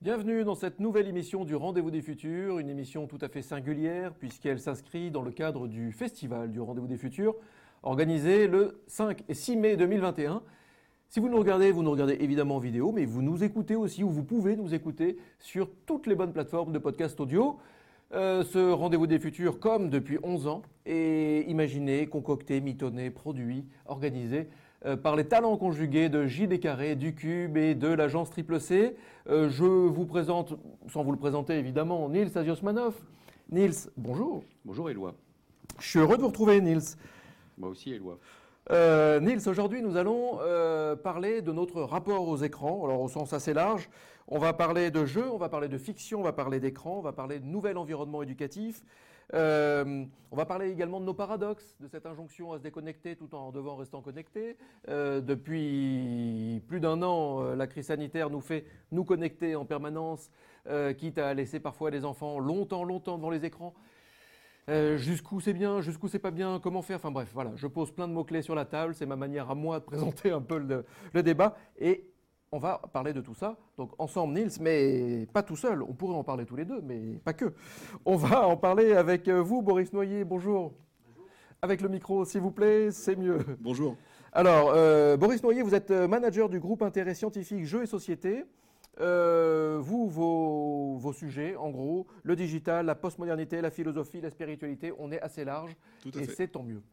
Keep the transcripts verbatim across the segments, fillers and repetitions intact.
Bienvenue dans cette nouvelle émission du Rendez-vous des Futurs, une émission tout à fait singulière puisqu'elle s'inscrit dans le cadre du festival du Rendez-vous des Futurs, organisé le cinq et six mai deux mille vingt et un. Si vous nous regardez, vous nous regardez évidemment en vidéo, mais vous nous écoutez aussi, ou vous pouvez nous écouter sur toutes les bonnes plateformes de podcast audio. Euh, ce Rendez-vous des Futurs, comme depuis onze ans, est imaginé, concocté, mitonné, produit, organisé euh, par les talents conjugués de J D Carré, du Cube et de l'agence Triple C. Euh, je vous présente, sans vous le présenter évidemment, Nils Aziosmanov. Nils, bonjour. Bonjour Éloi. Je suis heureux de vous retrouver, Nils. Moi aussi Éloi. Euh, Nils, aujourd'hui nous allons euh, parler de notre rapport aux écrans, alors au sens assez large. On va parler de jeux, on va parler de fiction, on va parler d'écran, on va parler de nouvel environnement éducatif. Euh, on va parler également de nos paradoxes, de cette injonction à se déconnecter tout en devant restant connecté. Euh, depuis plus d'un an, euh, la crise sanitaire nous fait nous connecter en permanence, euh, quitte à laisser parfois les enfants longtemps, longtemps devant les écrans. Euh, jusqu'où c'est bien, jusqu'où c'est pas bien, comment faire, enfin bref, voilà, je pose plein de mots-clés sur la table, c'est ma manière à moi de présenter un peu le, le débat, et on va parler de tout ça, donc ensemble Nils, mais pas tout seul, on pourrait en parler tous les deux, mais pas que. On va en parler avec vous, Boris Noyer, bonjour. Bonjour. Avec le micro, s'il vous plaît, c'est mieux. Bonjour. Alors, euh, Boris Noyer, vous êtes manager du groupe intérêt scientifique Jeux et Société. Euh, vous, vos, vos sujets, en gros, le digital, la postmodernité, la philosophie, la spiritualité, on est assez large. Tout à et fait. c'est tant mieux.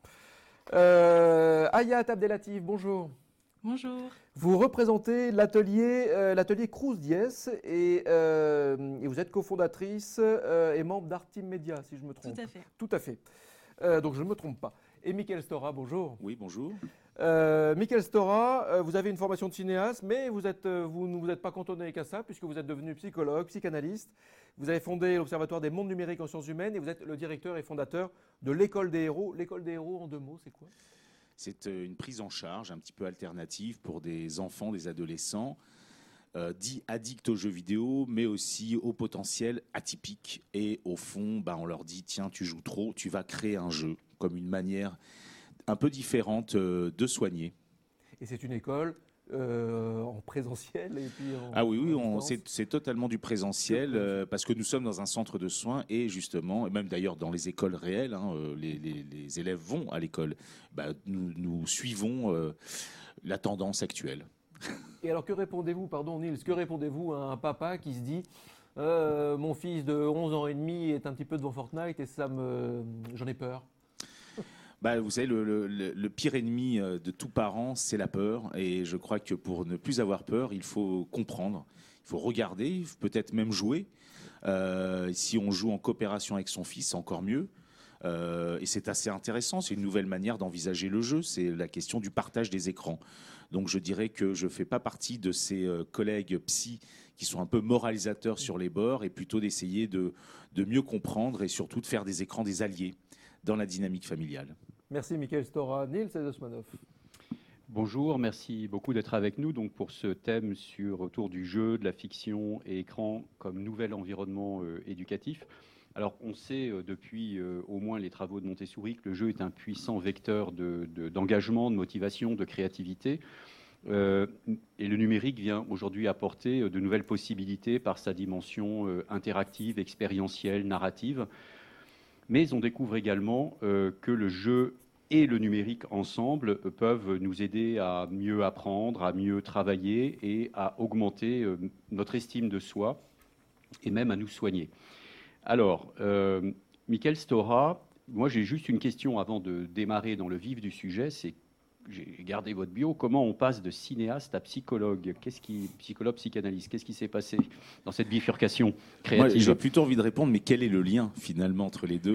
Euh, Ayat Abdelatif, bonjour. Bonjour. Vous représentez l'atelier euh, l'atelier Cruz Diez et, euh, et vous êtes cofondatrice euh, et membre d'Artim Media, si je me trompe. Tout à fait. Tout à fait. Euh, donc je ne me trompe pas. Et Michael Stora, bonjour. Oui, bonjour. Euh, Michael Stora, euh, vous avez une formation de cinéaste, mais vous, êtes, euh, vous ne vous êtes pas cantonné qu'à ça, puisque vous êtes devenu psychologue, psychanalyste. Vous avez fondé l'Observatoire des mondes numériques en sciences humaines et vous êtes le directeur et fondateur de l'École des héros. L'École des héros, en deux mots, c'est quoi ? C'est une prise en charge un petit peu alternative pour des enfants, des adolescents, euh, dits addicts aux jeux vidéo, mais aussi au potentiel atypique. Et au fond, bah, on leur dit, tiens, tu joues trop, tu vas créer un jeu, comme une manière un peu différente euh, de soigner. Et c'est une école euh, en présentiel et puis en Ah oui, oui, en on, distance. c'est, c'est totalement du présentiel euh, parce que nous sommes dans un centre de soins et justement, et même d'ailleurs dans les écoles réelles, hein, euh, les, les, les élèves vont à l'école. Bah, nous, nous suivons euh, la tendance actuelle. Et alors que répondez-vous, pardon Nils, que répondez-vous à un papa qui se dit euh, mon fils de onze ans et demi est un petit peu devant Fortnite et ça me, j'en ai peur. Bah, vous savez, le, le, le pire ennemi de tout parent, c'est la peur. Et je crois que pour ne plus avoir peur, il faut comprendre, il faut regarder, peut-être même jouer. Euh, si on joue en coopération avec son fils, c'est encore mieux. Euh, et c'est assez intéressant, c'est une nouvelle manière d'envisager le jeu, c'est la question du partage des écrans. Donc je dirais que je ne fais pas partie de ces euh, collègues psy qui sont un peu moralisateurs sur les bords et plutôt d'essayer de, de mieux comprendre et surtout de faire des écrans des alliés dans la dynamique familiale. Merci Michael Stora. Nils Aziosmanov. Bonjour, merci beaucoup d'être avec nous donc pour ce thème sur autour du jeu, de la fiction et écran comme nouvel environnement euh, éducatif. Alors on sait euh, depuis euh, au moins les travaux de Montessori que le jeu est un puissant vecteur de, de, d'engagement, de motivation, de créativité. Euh, et le numérique vient aujourd'hui apporter euh, de nouvelles possibilités par sa dimension euh, interactive, expérientielle, narrative. Mais on découvre également euh, que le jeu et le numérique ensemble euh, peuvent nous aider à mieux apprendre, à mieux travailler et à augmenter euh, notre estime de soi et même à nous soigner. Alors, euh, Michael Stora, moi j'ai juste une question avant de démarrer dans le vif du sujet, c'est j'ai gardé votre bio, comment on passe de cinéaste à psychologue ? Qu'est-ce qui, psychologue, psychanalyste, qu'est-ce qui s'est passé dans cette bifurcation créative ? Moi, j'ai plutôt envie de répondre, mais quel est le lien finalement entre les deux ?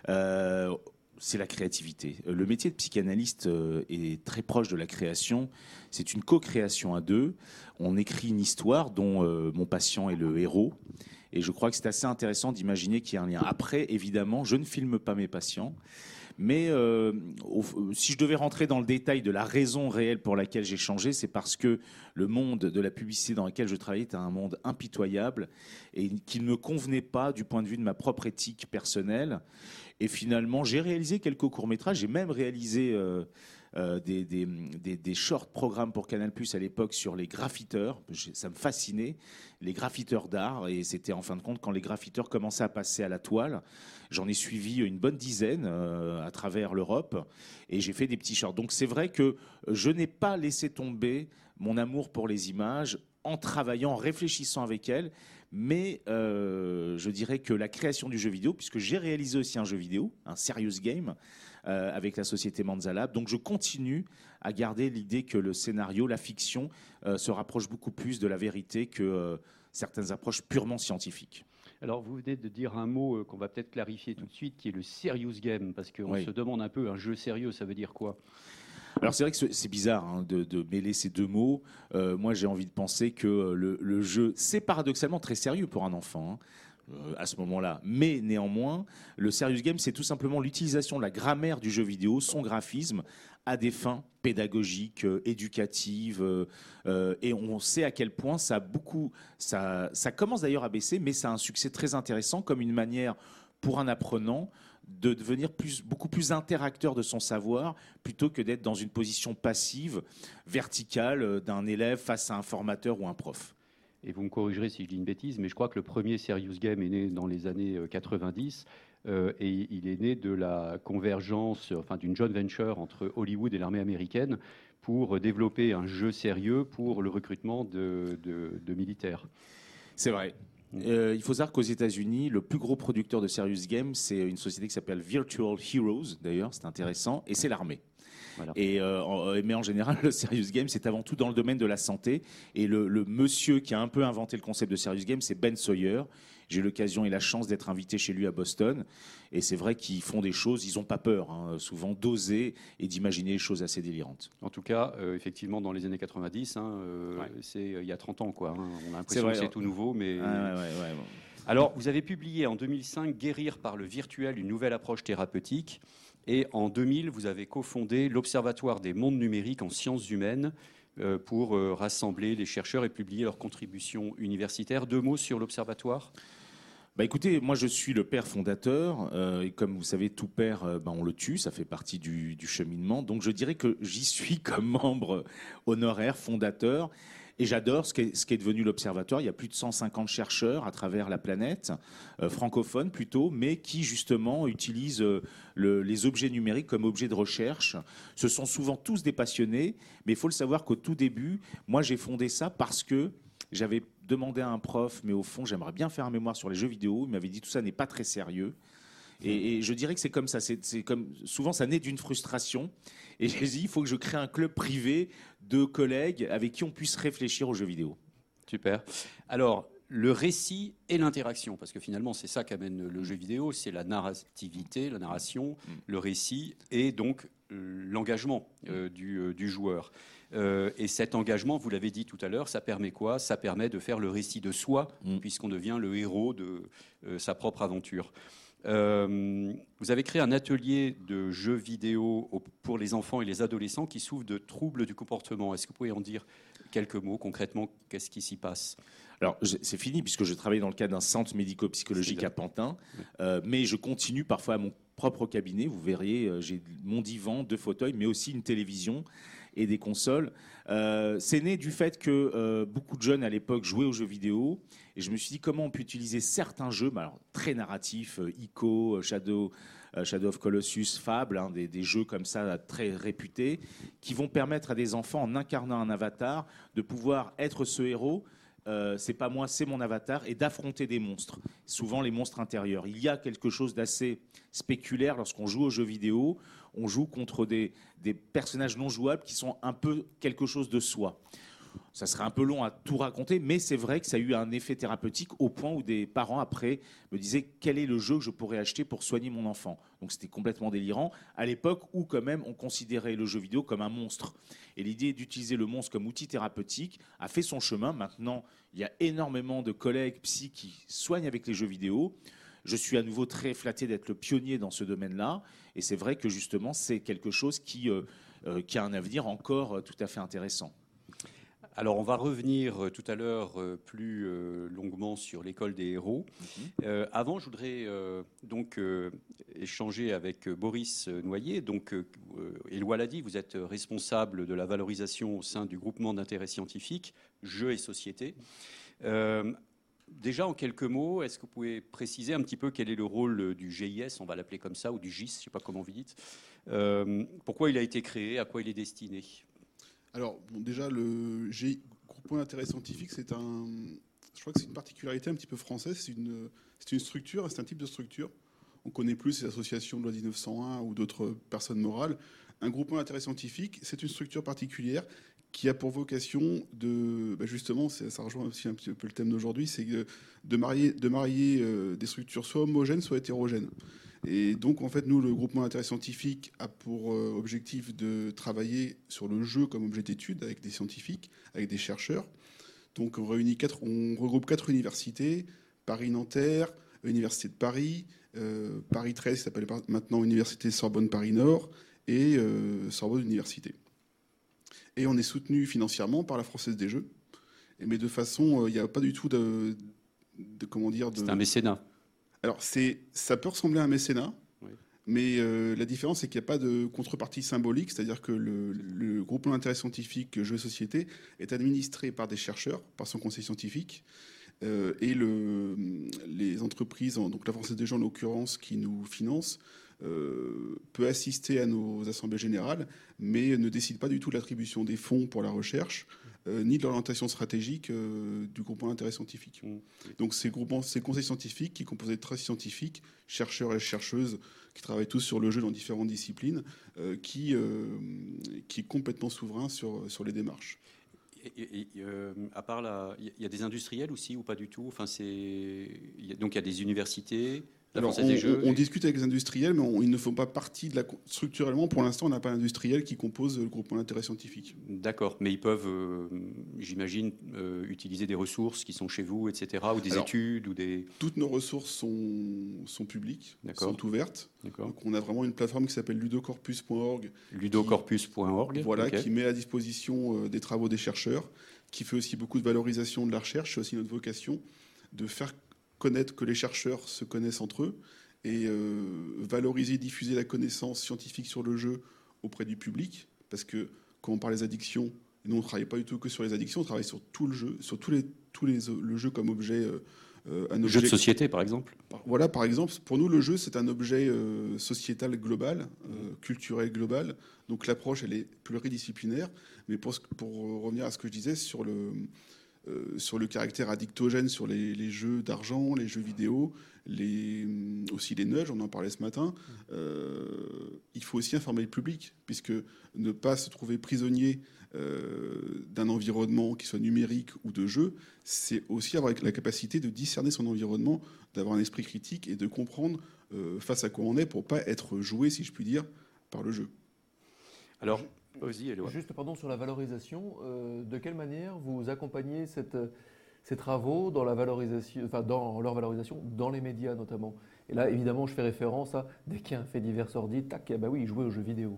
euh, C'est la créativité. Le métier de psychanalyste est très proche de la création. C'est une co-création à deux. On écrit une histoire dont euh, mon patient est le héros. Et je crois que c'est assez intéressant d'imaginer qu'il y a un lien. Après, évidemment, je ne filme pas mes patients. Mais euh, au, si je devais rentrer dans le détail de la raison réelle pour laquelle j'ai changé, c'est parce que le monde de la publicité dans lequel je travaillais était un monde impitoyable et qui ne me convenait pas du point de vue de ma propre éthique personnelle. Et finalement, j'ai réalisé quelques courts-métrages. J'ai même réalisé euh, euh, des, des, des, des short programmes pour Canal+ à l'époque sur les graffiteurs. Ça me fascinait, les graffiteurs d'art. Et c'était en fin de compte quand les graffiteurs commençaient à passer à la toile. J'en ai suivi une bonne dizaine euh, à travers l'Europe et j'ai fait des petits shorts. Donc c'est vrai que je n'ai pas laissé tomber mon amour pour les images en travaillant, en réfléchissant avec elles. Mais euh, je dirais que la création du jeu vidéo, puisque j'ai réalisé aussi un jeu vidéo, un serious game, euh, avec la société Manzalab. Donc je continue à garder l'idée que le scénario, la fiction, euh, se rapproche beaucoup plus de la vérité que euh, certaines approches purement scientifiques. Alors, vous venez de dire un mot qu'on va peut-être clarifier tout de suite, qui est le serious game, parce qu'on Oui. se demande un peu, un jeu sérieux, ça veut dire quoi ? Alors c'est vrai que c'est bizarre hein, de, de mêler ces deux mots. Euh, moi j'ai envie de penser que le, le jeu, c'est paradoxalement très sérieux pour un enfant. Hein. Euh, à ce moment-là. Mais néanmoins, le serious game, c'est tout simplement l'utilisation de la grammaire du jeu vidéo, son graphisme, à des fins pédagogiques, euh, éducatives. Euh, euh, et on sait à quel point ça a beaucoup... Ça, ça commence d'ailleurs à baisser, mais ça a un succès très intéressant comme une manière pour un apprenant de devenir plus, beaucoup plus interacteur de son savoir plutôt que d'être dans une position passive, verticale d'un élève face à un formateur ou un prof. Et vous me corrigerez si je dis une bêtise, mais je crois que le premier serious game est né dans les années quatre-vingt-dix euh, et il est né de la convergence, enfin d'une joint venture entre Hollywood et l'armée américaine pour développer un jeu sérieux pour le recrutement de, de, de militaires. C'est vrai. Euh, il faut savoir qu'aux États-Unis, le plus gros producteur de serious games, c'est une société qui s'appelle Virtual Heroes, d'ailleurs, c'est intéressant, et c'est l'armée. Voilà. Et, euh, mais en général, le serious game, c'est avant tout dans le domaine de la santé. Et le, le monsieur qui a un peu inventé le concept de serious game, c'est Ben Sawyer. J'ai eu l'occasion et la chance d'être invité chez lui à Boston. Et c'est vrai qu'ils font des choses, ils n'ont pas peur, hein, souvent d'oser et d'imaginer des choses assez délirantes. En tout cas, euh, effectivement, dans les années quatre-vingt-dix, hein, euh, ouais. c'est euh, il y a trente ans, quoi. Hein. On a l'impression que c'est tout nouveau, mais... Ah, ouais, ouais, ouais, ouais. Alors, vous avez publié en deux mille cinq « Guérir par le virtuel, une nouvelle approche thérapeutique ». Et en deux mille, vous avez cofondé l'Observatoire des mondes numériques en sciences humaines euh, pour euh, rassembler les chercheurs et publier leurs contributions universitaires. Deux mots sur l'Observatoire ? Bah écoutez, moi je suis le père fondateur euh, et comme vous savez, tout père, euh, bah, on le tue, ça fait partie du, du cheminement. Donc je dirais que j'y suis comme membre honoraire, fondateur. Et j'adore ce qui est, ce qui est devenu l'Observatoire. Il y a plus de cent cinquante chercheurs à travers la planète, euh, francophones plutôt, mais qui justement utilisent euh, le, les objets numériques comme objets de recherche. Ce sont souvent tous des passionnés, mais il faut le savoir qu'au tout début, moi j'ai fondé ça parce que j'avais demandé à un prof, mais au fond j'aimerais bien faire un mémoire sur les jeux vidéo. Il m'avait dit tout ça n'est pas très sérieux. Et, et je dirais que c'est comme ça. C'est, c'est comme, souvent, ça naît d'une frustration. Et j'ai dit, il faut que je crée un club privé de collègues avec qui on puisse réfléchir aux jeux vidéo. Super. Alors, le récit et l'interaction, parce que finalement, c'est ça qu'amène le jeu vidéo, c'est la narrativité, la narration, mmh. le récit et donc euh, l'engagement euh, du, euh, du joueur. Euh, et cet engagement, vous l'avez dit tout à l'heure, ça permet quoi ? Ça permet de faire le récit de soi, mmh. puisqu'on devient le héros de euh, sa propre aventure. Euh, vous avez créé un atelier de jeux vidéo pour les enfants et les adolescents qui souffrent de troubles du comportement. Est-ce que vous pouvez en dire quelques mots concrètement ? Qu'est-ce qui s'y passe ? Alors, c'est fini puisque je travaille dans le cadre d'un centre médico-psychologique à Pantin, oui. euh, mais je continue parfois à mon propre cabinet. Vous verriez, euh, j'ai mon divan, deux fauteuils, mais aussi une télévision et des consoles. Euh, c'est né du fait que euh, beaucoup de jeunes à l'époque jouaient aux jeux vidéo et je me suis dit comment on peut utiliser certains jeux, bah alors, très narratifs, euh, Ico, Shadow, euh, Shadow of Colossus, Fable, hein, des, des jeux comme ça très réputés qui vont permettre à des enfants en incarnant un avatar de pouvoir être ce héros. Euh, c'est pas moi, c'est mon avatar, et d'affronter des monstres, souvent les monstres intérieurs. Il y a quelque chose d'assez spéculaire lorsqu'on joue aux jeux vidéo, on joue contre des, des personnages non jouables qui sont un peu quelque chose de soi. Ça serait un peu long à tout raconter, mais c'est vrai que ça a eu un effet thérapeutique au point où des parents après me disaient quel est le jeu que je pourrais acheter pour soigner mon enfant. Donc c'était complètement délirant à l'époque où quand même on considérait le jeu vidéo comme un monstre. Et l'idée d'utiliser le monstre comme outil thérapeutique a fait son chemin. Maintenant, il y a énormément de collègues psy qui soignent avec les jeux vidéo. Je suis à nouveau très flatté d'être le pionnier dans ce domaine-là. Et c'est vrai que justement, c'est quelque chose qui, euh, euh, qui a un avenir encore euh, tout à fait intéressant. Alors, on va revenir tout à l'heure plus longuement sur l'école des héros. Mm-hmm. Euh, avant, je voudrais euh, donc euh, échanger avec Boris Noyer. Donc, euh, Éloi l'a dit, vous êtes responsable de la valorisation au sein du groupement d'intérêt scientifique Jeux et Société. Euh, déjà, en quelques mots, est-ce que vous pouvez préciser un petit peu quel est le rôle du G I S, on va l'appeler comme ça, ou du G I S, je ne sais pas comment vous dites. Euh, pourquoi il a été créé, à quoi il est destiné ? Alors, bon, déjà, le G I S, groupement d'intérêt scientifique, c'est un, je crois que c'est une particularité un petit peu française. C'est une, c'est une structure, c'est un type de structure. On connaît plus les associations de loi dix-neuf cent un ou d'autres personnes morales. Un groupement d'intérêt scientifique, c'est une structure particulière qui a pour vocation de, ben justement, ça rejoint aussi un petit peu le thème d'aujourd'hui, c'est de marier, de marier euh, des structures soit homogènes, soit hétérogènes. Et donc, en fait, nous, le groupement d'intérêt scientifique a pour euh, objectif de travailler sur le jeu comme objet d'étude avec des scientifiques, avec des chercheurs. Donc, on réunit quatre, on regroupe quatre universités, Paris-Nanterre, Université de Paris, euh, Paris treize, qui s'appelle maintenant Université Sorbonne Paris-Nord, et euh, Sorbonne Université. Et on est soutenu financièrement par la Française des Jeux, mais de façon, il euh, n'y a pas du tout de, de comment dire. De... C'est un mécénat. Alors, c'est, ça peut ressembler à un mécénat, oui. mais euh, la différence, c'est qu'il n'y a pas de contrepartie symbolique, c'est-à-dire que le, le groupement d'intérêt scientifique Jeux et Société est administré par des chercheurs, par son conseil scientifique, euh, et le, les entreprises, donc la Française des Jeux en l'occurrence, qui nous finance, euh, peut assister à nos assemblées générales, mais ne décide pas du tout de l'attribution des fonds pour la recherche, Euh, ni de l'orientation stratégique euh, du groupement d'intérêt scientifique. Mmh. Donc ces groupements, ces conseils scientifiques qui composent de treize scientifiques, chercheurs et chercheuses, qui travaillent tous sur le jeu dans différentes disciplines, euh, qui, euh, qui est complètement souverain sur, sur les démarches. Et, et, euh, à part là, il y a des industriels aussi ou pas du tout. Enfin, c'est donc il y a des universités. Alors, on, on, on discute avec les industriels, mais on, ils ne font pas partie de la... Structurellement, pour l'instant, on n'a pas d'industriel qui compose le groupement d'intérêt scientifique. D'accord, mais ils peuvent, euh, j'imagine, euh, utiliser des ressources qui sont chez vous, et cetera, ou des Alors, études, ou des... Toutes nos ressources sont, sont publiques, D'accord. sont ouvertes. D'accord. Donc, on a vraiment une plateforme qui s'appelle ludocorpus point org. ludocorpus point org. Voilà, okay. qui met à disposition euh, des travaux des chercheurs, qui fait aussi beaucoup de valorisation de la recherche. C'est aussi notre vocation de faire connaître que les chercheurs se connaissent entre eux et euh, valoriser, diffuser la connaissance scientifique sur le jeu auprès du public. Parce que quand on parle des addictions, nous on ne travaille pas du tout que sur les addictions, on travaille sur tout le jeu, sur tous les, tous les, le jeu comme objet. Euh, un objet jeu de société, par exemple. Voilà, par exemple, pour nous, le jeu, c'est un objet euh, sociétal global, euh, culturel global. Donc l'approche, elle est pluridisciplinaire. Mais pour, pour revenir à ce que je disais sur le... Euh, sur le caractère addictogène sur les, les jeux d'argent, les jeux vidéo, les, aussi les nudges, on en parlait ce matin, euh, il faut aussi informer le public, puisque ne pas se trouver prisonnier euh, d'un environnement qui soit numérique ou de jeu, c'est aussi avoir la capacité de discerner son environnement, d'avoir un esprit critique et de comprendre euh, face à quoi on est pour ne pas être joué, si je puis dire, par le jeu. Alors, Aussi, juste pardon, sur la valorisation, euh, de quelle manière vous accompagnez cette, ces travaux dans, la valorisation, enfin dans leur valorisation, dans les médias notamment? Et là, évidemment, je fais référence à dès qu'il y a un fait divers sordide, tac, bah oui, jouer aux jeux vidéo.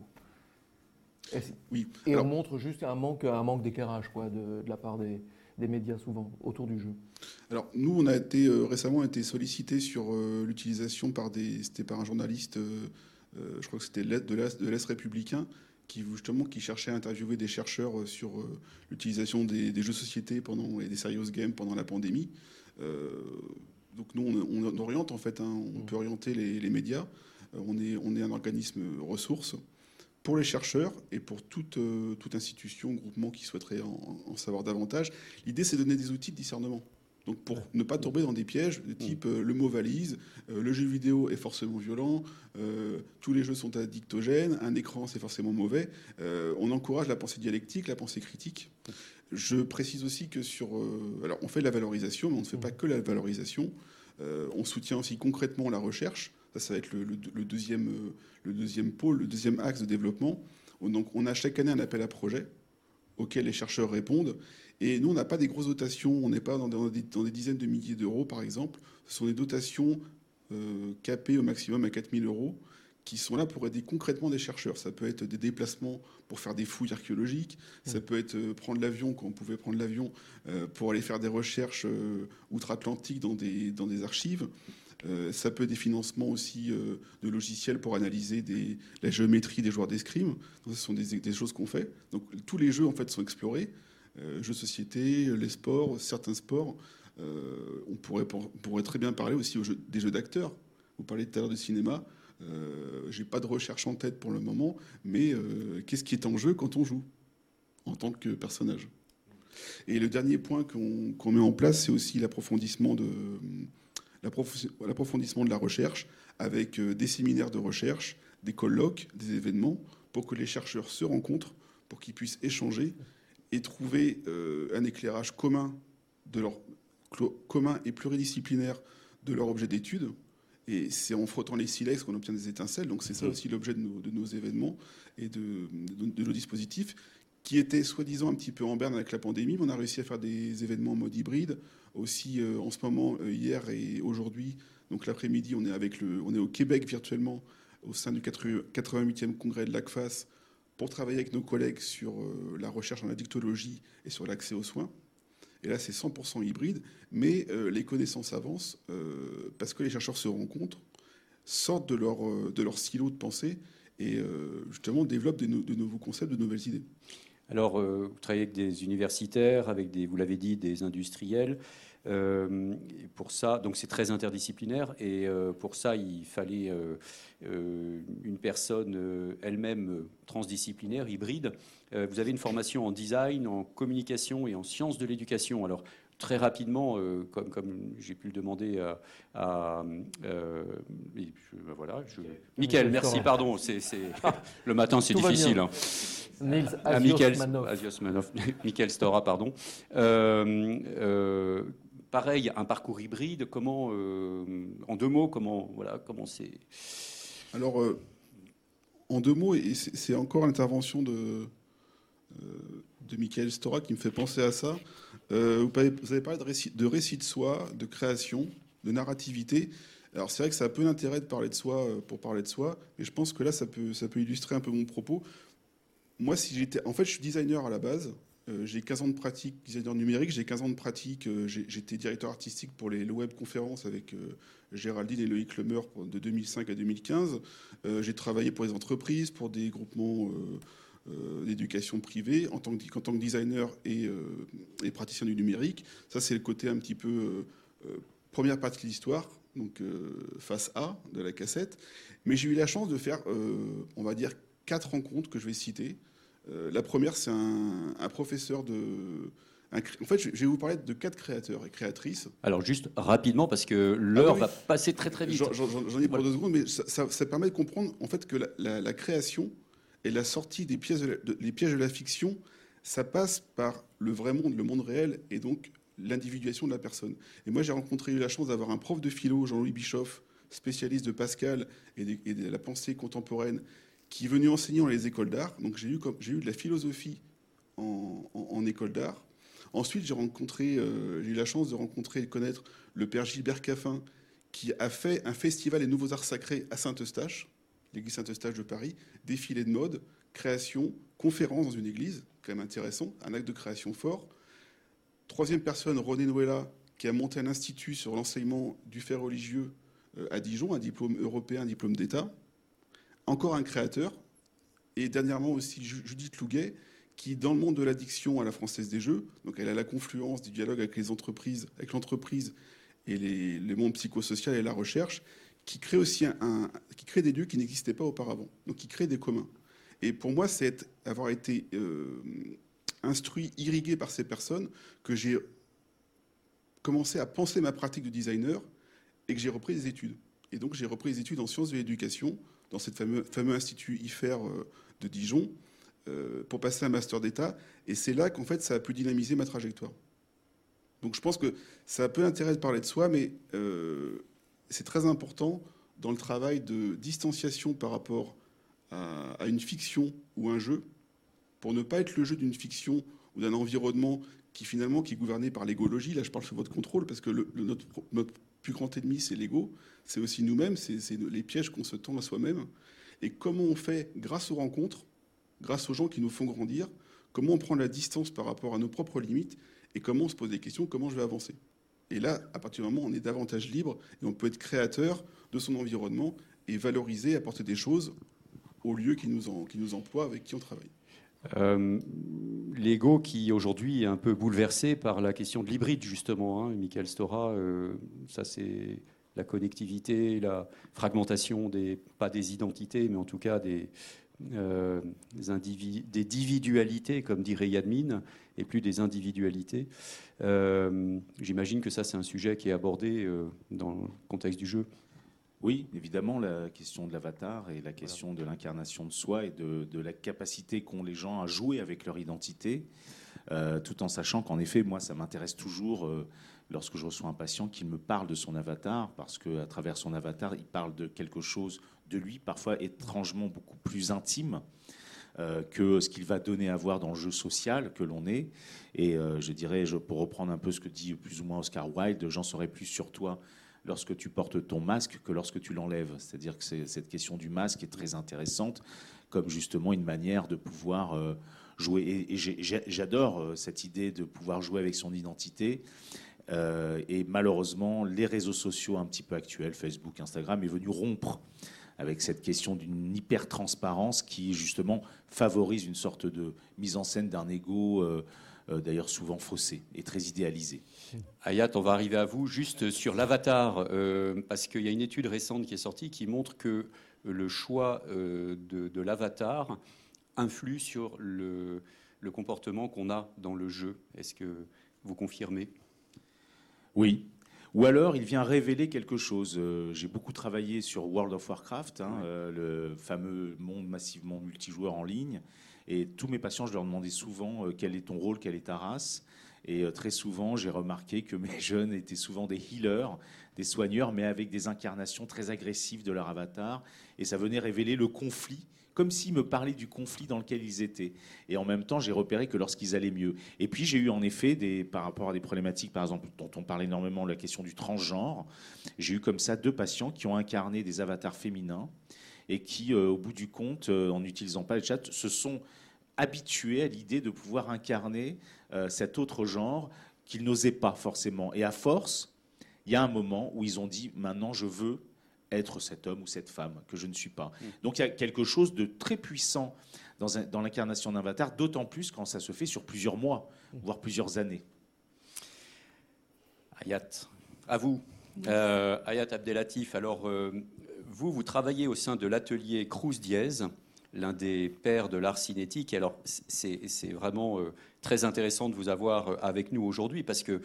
Et, oui. et Alors, on montre juste un manque, un manque d'éclairage quoi, de, de la part des, des médias souvent autour du jeu. Alors nous, on a été euh, récemment été sollicité sur euh, l'utilisation par des, c'était par un journaliste, euh, euh, je crois que c'était de l'Est, de l'Est républicain, qui justement qui cherchait à interviewer des chercheurs sur euh, l'utilisation des, des jeux de société pendant et des serious games pendant la pandémie. Euh, donc nous on, on oriente en fait, hein, on mmh. peut orienter les, les médias. Euh, on est on est un organisme ressource pour les chercheurs et pour toute euh, toute institution, groupement qui souhaiterait en, en savoir davantage. L'idée c'est de donner des outils de discernement. Donc pour ne pas tomber dans des pièges de type euh, le mot valise, euh, le jeu vidéo est forcément violent, euh, tous les jeux sont addictogènes, un écran c'est forcément mauvais. Euh, on encourage la pensée dialectique, la pensée critique. Je précise aussi que sur... Euh, alors on fait de la valorisation, mais on ne fait pas que la valorisation. Euh, on soutient aussi concrètement la recherche. Ça, ça va être le, le, le, deuxième, euh, le deuxième pôle, le deuxième axe de développement. Donc on a chaque année un appel à projet auquel les chercheurs répondent. Et nous, on n'a pas des grosses dotations, on n'est pas dans des, dans des dizaines de milliers d'euros, par exemple. Ce sont des dotations euh, capées au maximum à quatre mille euros, qui sont là pour aider concrètement des chercheurs. Ça peut être des déplacements pour faire des fouilles archéologiques, mmh. ça peut être euh, prendre l'avion, quand on pouvait prendre l'avion, euh, pour aller faire des recherches euh, outre-Atlantique dans des, dans des archives. Euh, ça peut être des financements aussi euh, de logiciels pour analyser des, la géométrie des joueurs d'escrime. Donc, ce sont des, des choses qu'on fait. Donc tous les jeux en fait sont explorés. Euh, jeux de société, les sports, certains sports. Euh, on, pourrait, on pourrait très bien parler aussi aux jeux, des jeux d'acteurs. Vous parlez tout à l'heure de cinéma. Euh, j'ai pas de recherche en tête pour le moment, mais euh, qu'est-ce qui est en jeu quand on joue en tant que personnage? Et le dernier point qu'on qu'on met en place, c'est aussi l'approfondissement de, l'approfondissement de la recherche avec euh, des séminaires de recherche, des colloques, des événements, pour que les chercheurs se rencontrent, pour qu'ils puissent échanger et trouver euh, un éclairage commun, de leur, commun et pluridisciplinaire de leur objet d'étude. Et c'est en frottant les silex qu'on obtient des étincelles. Donc c'est ça aussi l'objet de nos, de nos événements et de, de, de nos dispositifs, qui étaient soi-disant un petit peu en berne avec la pandémie. Mais on a réussi à faire des événements en mode hybride. Aussi euh, en ce moment, euh, hier et aujourd'hui, donc l'après-midi, on est, avec le, on est au Québec virtuellement, au sein du quatre-vingt-huitième congrès de l'A C F A S, pour travailler avec nos collègues sur euh, la recherche en addictologie et sur l'accès aux soins. Et là, c'est cent pour cent hybride, mais euh, les connaissances avancent euh, parce que les chercheurs se rencontrent, sortent de leur, euh, de leur silo de pensée et euh, justement développent de, no- de nouveaux concepts, de nouvelles idées. Alors, euh, vous travaillez avec des universitaires, avec des, vous l'avez dit, des industriels. Euh, pour ça, donc c'est très interdisciplinaire et euh, pour ça, il fallait euh, euh, une personne euh, elle-même euh, transdisciplinaire, hybride. Euh, vous avez une formation en design, en communication et en sciences de l'éducation. Alors, très rapidement, euh, comme, comme j'ai pu le demander à... à euh, et je, ben voilà, je... Mickaël, merci, pardon. C'est, c'est... Le matin, c'est difficile. Hein. Nils à Asiosmanov. Mickaël Stora, pardon. Euh, euh, pareil, un parcours hybride. Comment, euh, en deux mots, comment, voilà, comment c'est... Alors, euh, en deux mots, et c'est, c'est encore l'intervention de, euh, de Mickaël Stora qui me fait penser à ça. Euh, vous, avez, vous avez parlé de récit, de récit de soi, de création, de narrativité. Alors, c'est vrai que ça a peu d'intérêt de parler de soi pour parler de soi, mais je pense que là, ça peut, ça peut illustrer un peu mon propos. Moi, si j'étais, en fait, je suis designer à la base. Euh, j'ai quinze ans de pratique, designer numérique. J'ai quinze ans de pratique. Euh, j'ai, j'étais directeur artistique pour les, les web conférences avec euh, Géraldine et Loïc Lemeur de deux mille cinq à deux mille quinze. Euh, j'ai travaillé pour les entreprises, pour des groupements euh, euh, d'éducation privée en tant que, en tant que designer et, euh, et praticien du numérique. Ça, c'est le côté un petit peu euh, euh, première partie de l'histoire, donc euh, face A de la cassette. Mais j'ai eu la chance de faire, euh, on va dire, quatre rencontres que je vais citer. Euh, la première, c'est un, un professeur de... Un, en fait, je vais vous parler de quatre créateurs et créatrices. Alors, juste rapidement, parce que l'heure ah oui. va passer très, très vite. J'en, j'en, j'en ai pour voilà. deux secondes, mais ça, ça, ça permet de comprendre en fait, que la, la, la création et la sortie des pièges de la, de, les pièges de la fiction, ça passe par le vrai monde, le monde réel, et donc l'individuation de la personne. Et moi, j'ai rencontré eu la chance d'avoir un prof de philo, Jean-Louis Bischoff, spécialiste de Pascal et de, et de la pensée contemporaine, qui est venu enseigner dans les écoles d'art. Donc j'ai eu, comme, j'ai eu de la philosophie en, en, en école d'art. Ensuite, j'ai rencontré, euh, j'ai eu la chance de rencontrer et de connaître le père Gilbert Caffin, qui a fait un festival des nouveaux arts sacrés à Saint-Eustache, l'église Saint-Eustache de Paris, défilé de mode, création, conférence dans une église, quand même intéressant, un acte de création fort. Troisième personne, René Noëlla, qui a monté un institut sur l'enseignement du fait religieux euh, à Dijon, un diplôme européen, un diplôme d'État. Encore un créateur, et dernièrement aussi Judith Louguet, qui, dans le monde de l'addiction à la Française des Jeux, donc elle a la confluence du dialogue avec les entreprises, avec l'entreprise et les, les mondes psychosociaux et la recherche, qui crée aussi un, un, qui crée des lieux qui n'existaient pas auparavant, donc qui crée des communs. Et pour moi, c'est avoir été euh, instruit, irrigué par ces personnes, que j'ai commencé à penser ma pratique de designer et que j'ai repris des études. Et donc j'ai repris des études en sciences de l'éducation, dans ce fameux, fameux institut I F E R euh, de Dijon, euh, pour passer un master d'État. Et c'est là qu'en fait, ça a pu dynamiser ma trajectoire. Donc je pense que ça a peu d'intérêt de parler de soi, mais euh, c'est très important dans le travail de distanciation par rapport à, à une fiction ou un jeu, pour ne pas être le jeu d'une fiction ou d'un environnement qui finalement qui est gouverné par l'égologie. Là, je parle sous votre contrôle, parce que le, le, notre, notre plus grand ennemi, c'est l'ego, c'est aussi nous-mêmes, c'est, c'est les pièges qu'on se tend à soi-même. Et comment on fait, grâce aux rencontres, grâce aux gens qui nous font grandir, comment on prend la distance par rapport à nos propres limites et comment on se pose des questions, comment je vais avancer. Et là, à partir du moment où on est davantage libre et on peut être créateur de son environnement et valoriser, apporter des choses au lieu qui nous, en, qui nous emploie, avec qui on travaille. Euh, L'ego qui aujourd'hui est un peu bouleversé par la question de l'hybride justement, hein, Michael Stora, euh, ça c'est la connectivité, la fragmentation des, pas des identités, mais en tout cas des, euh, des, individu- des individualités, comme dirait Yadmin, et plus des individualités. Euh, j'imagine que ça c'est un sujet qui est abordé euh, dans le contexte du jeu. Oui, évidemment, la question de l'avatar et la question voilà. de l'incarnation de soi et de, de la capacité qu'ont les gens à jouer avec leur identité, euh, tout en sachant qu'en effet, moi, ça m'intéresse toujours, euh, lorsque je reçois un patient, qu'il me parle de son avatar, parce qu'à travers son avatar, il parle de quelque chose de lui, parfois étrangement beaucoup plus intime euh, que ce qu'il va donner à voir dans le jeu social que l'on est. Et euh, je dirais, je, pour reprendre un peu ce que dit plus ou moins Oscar Wilde, j'en saurais plus sur toi lorsque tu portes ton masque que lorsque tu l'enlèves. C'est-à-dire que c'est, cette question du masque est très intéressante, comme justement une manière de pouvoir euh, jouer. Et, et j'ai, j'adore euh, cette idée de pouvoir jouer avec son identité. Euh, et malheureusement, les réseaux sociaux un petit peu actuels, Facebook, Instagram, est venu rompre avec cette question d'une hyper-transparence qui, justement, favorise une sorte de mise en scène d'un ego euh, Euh, d'ailleurs souvent faussé et très idéalisé. Hayat, on va arriver à vous juste sur l'avatar, euh, parce qu'il y a une étude récente qui est sortie qui montre que le choix euh, de, de l'avatar influe sur le, le comportement qu'on a dans le jeu. Est-ce que vous confirmez ? Oui. Ou alors, il vient révéler quelque chose. Euh, j'ai beaucoup travaillé sur World of Warcraft, hein, ouais. euh, le fameux monde massivement multijoueur en ligne. Et tous mes patients, je leur demandais souvent euh, quel est ton rôle, quelle est ta race. Et euh, très souvent, j'ai remarqué que mes jeunes étaient souvent des healers, des soigneurs, mais avec des incarnations très agressives de leur avatar. Et ça venait révéler le conflit, comme s'ils me parlaient du conflit dans lequel ils étaient. Et en même temps, j'ai repéré que lorsqu'ils allaient mieux. Et puis, j'ai eu en effet, des, par rapport à des problématiques, par exemple, dont on parle énormément, la question du transgenre, j'ai eu comme ça deux patients qui ont incarné des avatars féminins et qui, euh, au bout du compte, euh, en n'utilisant pas le chat, se sont habitués à l'idée de pouvoir incarner euh, cet autre genre qu'ils n'osaient pas forcément. Et à force, il y a un moment où ils ont dit « maintenant, je veux être cet homme ou cette femme que je ne suis pas ». Mmh. Donc il y a quelque chose de très puissant dans, un, dans l'incarnation d'un avatar, d'autant plus quand ça se fait sur plusieurs mois, mmh. voire plusieurs années. Hayat, à vous. Euh, Hayat Abdellatif, alors... Euh, Vous, vous travaillez au sein de l'atelier Cruz Diez, l'un des pères de l'art cinétique. Et alors, c'est, c'est vraiment euh, très intéressant de vous avoir avec nous aujourd'hui parce que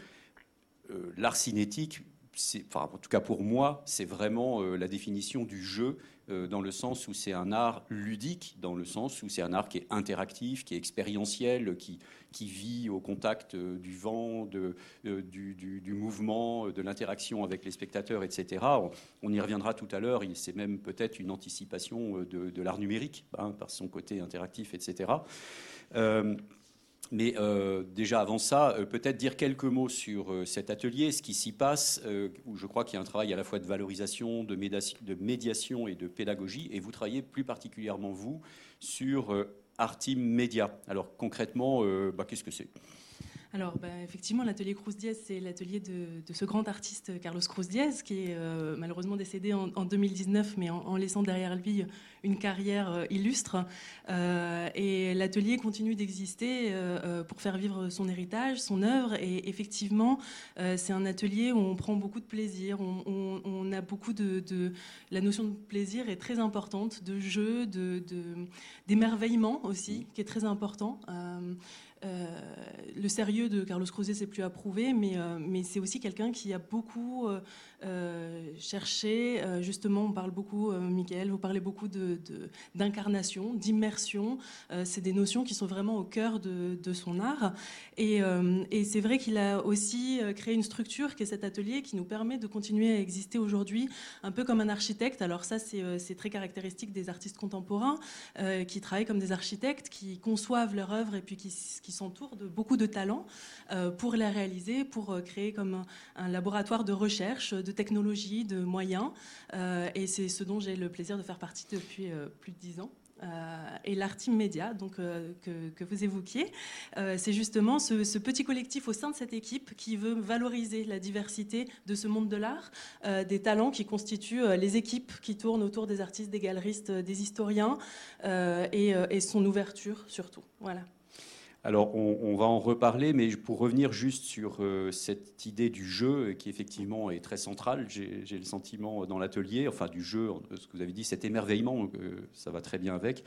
euh, l'art cinétique, c'est, enfin, en tout cas pour moi, c'est vraiment euh, la définition du jeu euh, dans le sens où c'est un art ludique, dans le sens où c'est un art qui est interactif, qui est expérientiel, qui, qui vit au contact euh, du vent, de, euh, du, du, du mouvement, de l'interaction avec les spectateurs, et cetera. On, on y reviendra tout à l'heure. C'est même peut-être une anticipation de, de l'art numérique, hein, par son côté interactif, et cetera. Euh, Mais euh, déjà avant ça, euh, peut-être dire quelques mots sur euh, cet atelier, ce qui s'y passe, euh, où je crois qu'il y a un travail à la fois de valorisation, de, méda- de médiation et de pédagogie. Et vous travaillez plus particulièrement, vous, sur euh, Artim Media. Alors concrètement, euh, bah, qu'est-ce que c'est ? Alors, bah, effectivement, l'atelier Cruz Diez, c'est l'atelier de, de ce grand artiste Carlos Cruz Diez, qui est euh, malheureusement décédé en, en deux mille dix-neuf, mais en, en laissant derrière lui une carrière euh, illustre. Euh, et l'atelier continue d'exister euh, pour faire vivre son héritage, son œuvre. Et effectivement, euh, c'est un atelier où on prend beaucoup de plaisir. On, on, on a beaucoup de, de... La notion de plaisir est très importante, de jeu, de, de, d'émerveillement aussi, qui est très important. Euh, Euh, le sérieux de Carlos Cruz Diez, c'est plus à prouver, mais, euh, mais c'est aussi quelqu'un qui a beaucoup euh, euh, cherché, euh, justement, on parle beaucoup, euh, Michael, vous parlez beaucoup de, de, d'incarnation, d'immersion, euh, c'est des notions qui sont vraiment au cœur de, de son art, et, euh, et c'est vrai qu'il a aussi créé une structure qui est cet atelier qui nous permet de continuer à exister aujourd'hui, un peu comme un architecte. Alors ça, c'est, c'est très caractéristique des artistes contemporains, euh, qui travaillent comme des architectes, qui conçoivent leur œuvre et puis qui, qui s'entourent de beaucoup de talents euh, pour la réaliser, pour créer comme un, un laboratoire de recherche, de de technologie, de moyens. Euh, et c'est ce dont j'ai le plaisir de faire partie depuis euh, plus de dix ans. Euh, et l'Art Team Média, donc, euh, que, que vous évoquiez, euh, c'est justement ce, ce petit collectif au sein de cette équipe qui veut valoriser la diversité de ce monde de l'art, euh, des talents qui constituent euh, les équipes qui tournent autour des artistes, des galeristes, des historiens, euh, et, euh, et son ouverture surtout. Voilà. Alors, on, on va en reparler, mais pour revenir juste sur euh, cette idée du jeu, qui effectivement est très centrale, j'ai, j'ai le sentiment dans l'atelier, enfin du jeu, ce que vous avez dit, cet émerveillement, euh, ça va très bien avec.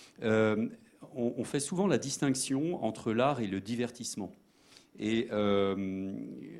Euh, on, on fait souvent la distinction entre l'art et le divertissement. Et euh,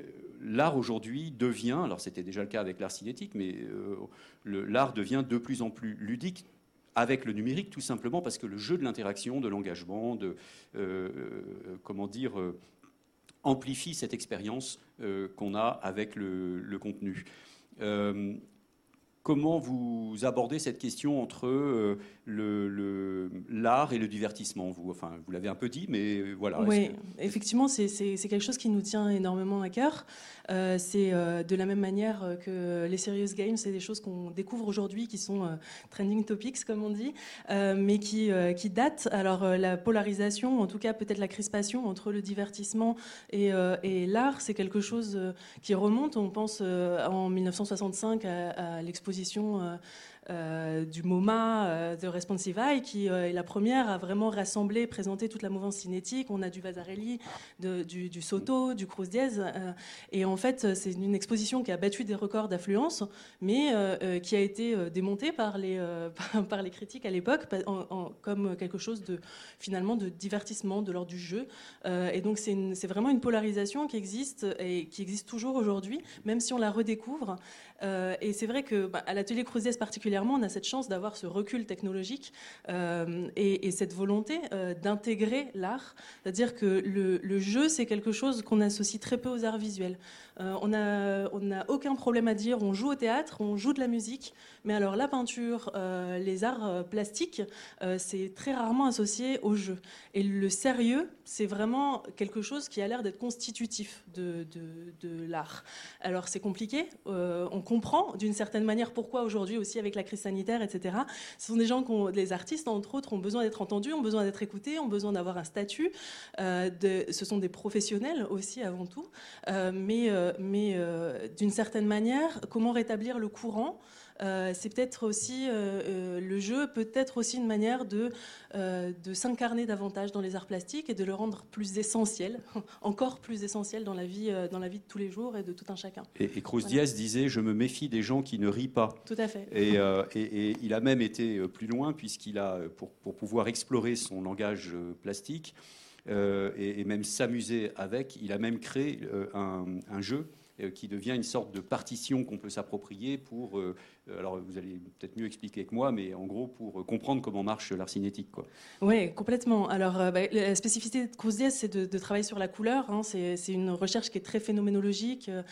l'art aujourd'hui devient, alors c'était déjà le cas avec l'art cinétique, mais euh, le, l'art devient de plus en plus ludique, avec le numérique, tout simplement parce que le jeu de l'interaction, de l'engagement, de, euh, euh, comment dire, euh, amplifie cette expérience euh, qu'on a avec le, le contenu. Euh, comment vous abordez cette question entre euh, le, le, l'art et le divertissement, vous, enfin, vous l'avez un peu dit, mais voilà. Oui, que... effectivement, c'est, c'est, c'est quelque chose qui nous tient énormément à cœur. Euh, c'est euh, de la même manière que les serious games, c'est des choses qu'on découvre aujourd'hui qui sont euh, trending topics, comme on dit, euh, mais qui, euh, qui datent. Alors, euh, la polarisation, en tout cas peut-être la crispation entre le divertissement et, euh, et l'art, c'est quelque chose euh, qui remonte. On pense euh, en mille neuf cent soixante-cinq à, à l'exposition euh, Euh, du MoMA, euh, de Responsive Eye, qui euh, est la première à vraiment rassembler, présenter toute la mouvance cinétique. On a du Vasarely, de, du, du Soto, du Cruz Diez. Euh, et en fait, c'est une exposition qui a battu des records d'affluence, mais euh, euh, qui a été euh, démontée par les, euh, par les critiques à l'époque en, en, comme quelque chose de, finalement, de divertissement, de l'ordre du jeu. Euh, et donc, c'est, une, c'est vraiment une polarisation qui existe et qui existe toujours aujourd'hui, même si on la redécouvre. Euh, et c'est vrai que bah, à l'atelier Cruz Diez particulièrement, on a cette chance d'avoir ce recul technologique euh, et, et cette volonté euh, d'intégrer l'art. C'est-à-dire que le, le jeu, c'est quelque chose qu'on associe très peu aux arts visuels. Euh, on n'a on n'a aucun problème à dire, on joue au théâtre, on joue de la musique, mais alors la peinture, euh, les arts euh, plastiques, euh, c'est très rarement associé au jeu. Et le sérieux, c'est vraiment quelque chose qui a l'air d'être constitutif de, de, de l'art. Alors c'est compliqué, euh, on comprend d'une certaine manière pourquoi aujourd'hui aussi avec la crise sanitaire, et cetera. Ce sont des gens, qui ont, les artistes entre autres, ont besoin d'être entendus, ont besoin d'être écoutés, ont besoin d'avoir un statut. Euh, de, ce sont des professionnels aussi avant tout, euh, mais, euh, mais euh, d'une certaine manière, comment rétablir le courant? Euh, c'est peut-être aussi euh, euh, le jeu peut être aussi une manière de, euh, de s'incarner davantage dans les arts plastiques et de le rendre plus essentiel, encore plus essentiel dans la vie, euh, dans la vie de tous les jours et de tout un chacun. Et, et Cruz voilà. Diez disait « Je me méfie des gens qui ne rient pas ». Tout à fait. Et, euh, et, et il a même été plus loin puisqu'il a, pour, pour pouvoir explorer son langage plastique euh, et, et même s'amuser avec, il a même créé euh, un, un jeu qui devient une sorte de partition qu'on peut s'approprier pour, euh, alors vous allez peut-être mieux expliquer que moi, mais en gros pour comprendre comment marche l'art cinétique, quoi. Oui, complètement. Alors euh, bah, la spécificité de Cruz Diez, c'est de, de travailler sur la couleur. Hein. C'est, c'est une recherche qui est très phénoménologique, euh,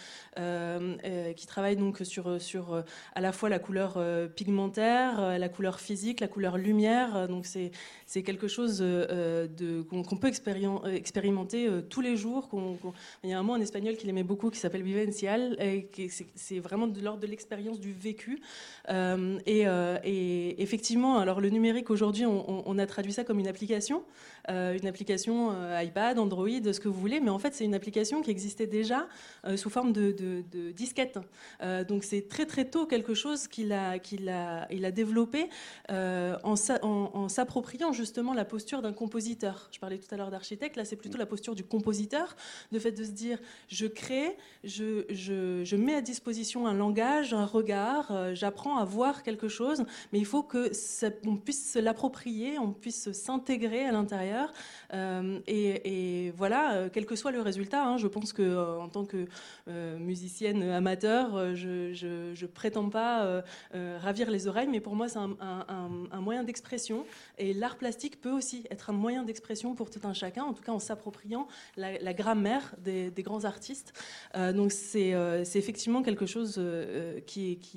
euh, qui travaille donc sur, sur euh, à la fois la couleur euh, pigmentaire, euh, la couleur physique, la couleur lumière. Donc c'est, c'est quelque chose euh, de, qu'on, qu'on peut expérimenter euh, tous les jours. Qu'on, qu'on... Il y a un mot en espagnol qu'il aimait beaucoup qui s'appelle vivencial, et c'est, c'est vraiment de l'ordre de l'expérience du vécu. Euh, et, euh, et effectivement, alors le numérique aujourd'hui, on, on a traduit ça comme une application, euh, une application euh, iPad, Android, ce que vous voulez, mais en fait c'est une application qui existait déjà euh, sous forme de, de, de disquette. Euh, donc c'est très très tôt quelque chose qu'il a, qu'il a, il a développé euh, en, sa, en, en s'appropriant justement la posture d'un compositeur. Je parlais tout à l'heure d'architecte, là c'est plutôt la posture du compositeur, le fait de se dire je crée, je, je, je mets à disposition un langage, un regard, euh, j'apprends à voir quelque chose, mais il faut que ça, on puisse se l'approprier, on puisse s'intégrer à l'intérieur. Euh, et, et voilà, euh, quel que soit le résultat, hein, je pense que euh, en tant que euh, musicienne amateur, euh, je, je, je prétends pas euh, euh, ravir les oreilles, mais pour moi c'est un, un, un moyen d'expression. Et l'art plastique peut aussi être un moyen d'expression pour tout un chacun, en tout cas en s'appropriant la, la grammaire des, des grands artistes. Euh, donc c'est, euh, c'est effectivement quelque chose euh, qui, qui, qui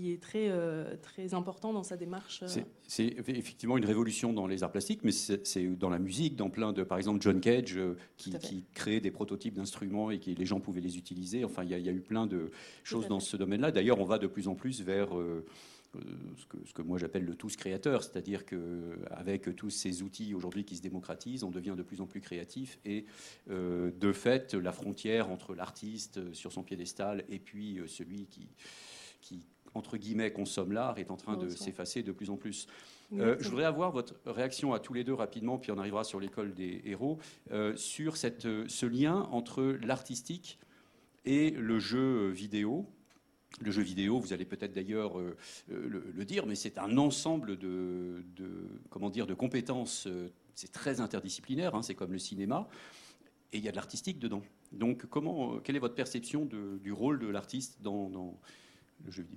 qui est très, euh, très important dans sa démarche. Euh... C'est, c'est effectivement une révolution dans les arts plastiques, mais c'est, c'est dans la musique, dans plein de... Par exemple, John Cage, euh, qui, qui crée des prototypes d'instruments et que les gens pouvaient les utiliser. Enfin, il y, y a eu plein de choses dans ce domaine-là. D'ailleurs, on va de plus en plus vers... Euh, Ce que, ce que moi j'appelle le tous créateur, c'est-à-dire qu'avec tous ces outils aujourd'hui qui se démocratisent, on devient de plus en plus créatif et euh, de fait la frontière entre l'artiste sur son piédestal et puis euh, celui qui, qui, entre guillemets, consomme l'art est en train de s'effacer de plus en plus. Euh, je voudrais avoir votre réaction à tous les deux rapidement, puis on arrivera sur l'école des héros, euh, sur cette, ce lien entre l'artistique et le jeu vidéo. Le jeu vidéo, vous allez peut-être d'ailleurs euh, le, le dire, mais c'est un ensemble de, de, comment dire, de compétences. Euh, c'est très interdisciplinaire, hein, c'est comme le cinéma, et il y a de l'artistique dedans. Donc, comment, quelle est votre perception de, du rôle de l'artiste dans, dans le jeu vidéo ?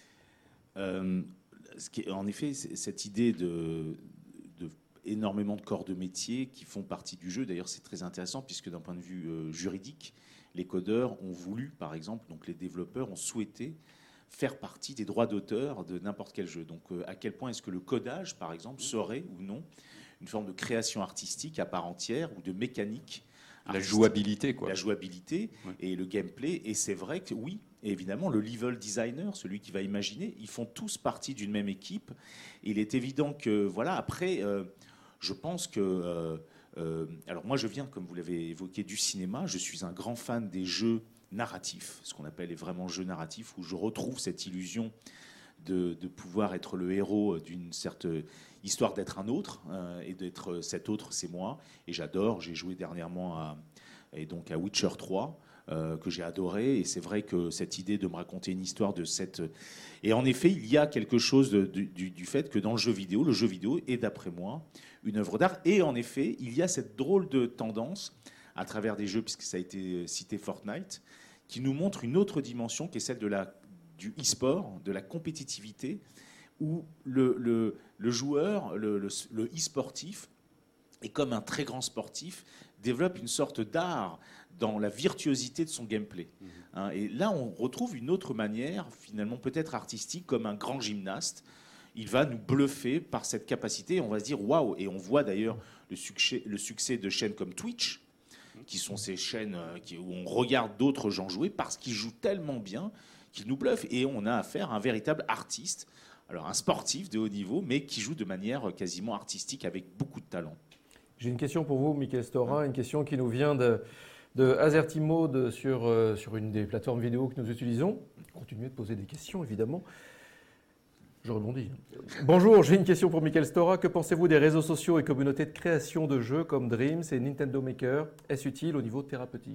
euh, ce qui est, En effet, c'est cette idée de, de énormément de corps de métier qui font partie du jeu. D'ailleurs, c'est très intéressant puisque d'un point de vue euh, juridique, les codeurs ont voulu, par exemple, donc les développeurs ont souhaité faire partie des droits d'auteur de n'importe quel jeu. Donc, euh, à quel point est-ce que le codage, par exemple, serait ou non une forme de création artistique à part entière ou de mécanique La jouabilité, quoi. La jouabilité ouais. et le gameplay. Et c'est vrai que oui, évidemment, le level designer, celui qui va imaginer, ils font tous partie d'une même équipe. Et il est évident que, voilà, après, euh, je pense que... Euh, Euh, alors moi je viens, comme vous l'avez évoqué, du cinéma. Je suis un grand fan des jeux narratifs, ce qu'on appelle les vraiment jeux narratifs, où je retrouve cette illusion de, de pouvoir être le héros d'une certaine histoire, d'être un autre, euh, et d'être cet autre, c'est moi. Et j'adore, j'ai joué dernièrement à, et donc à Witcher trois, euh, que j'ai adoré. Et c'est vrai que cette idée de me raconter une histoire de cette... Et en effet, il y a quelque chose de, du, du fait que dans le jeu vidéo, le jeu vidéo est, d'après moi, une œuvre d'art. Et en effet, il y a cette drôle de tendance, à travers des jeux, puisque ça a été cité Fortnite, qui nous montre une autre dimension, qui est celle de la, du e-sport, de la compétitivité, où le, le, le joueur, le, le, le e-sportif, et comme un très grand sportif, développe une sorte d'art dans la virtuosité de son gameplay. Mmh. Hein, et là, on retrouve une autre manière, finalement peut-être artistique, comme un grand gymnaste. Il va nous bluffer par cette capacité. On va se dire waouh. Et on voit d'ailleurs le succès, le succès de chaînes comme Twitch, qui sont ces chaînes qui, où on regarde d'autres gens jouer parce qu'ils jouent tellement bien qu'ils nous bluffent. Et on a affaire à un véritable artiste, alors un sportif de haut niveau, mais qui joue de manière quasiment artistique avec beaucoup de talent. J'ai une question pour vous, Michael Stora, une question qui nous vient de, de Azertimo sur, euh, sur une des plateformes vidéo que nous utilisons. Continuez de poser des questions, évidemment. Je rebondis. Bonjour, j'ai une question pour Michael Stora. Que pensez-vous des réseaux sociaux et communautés de création de jeux comme Dreams et Nintendo Maker ? Est-ce utile au niveau thérapeutique ?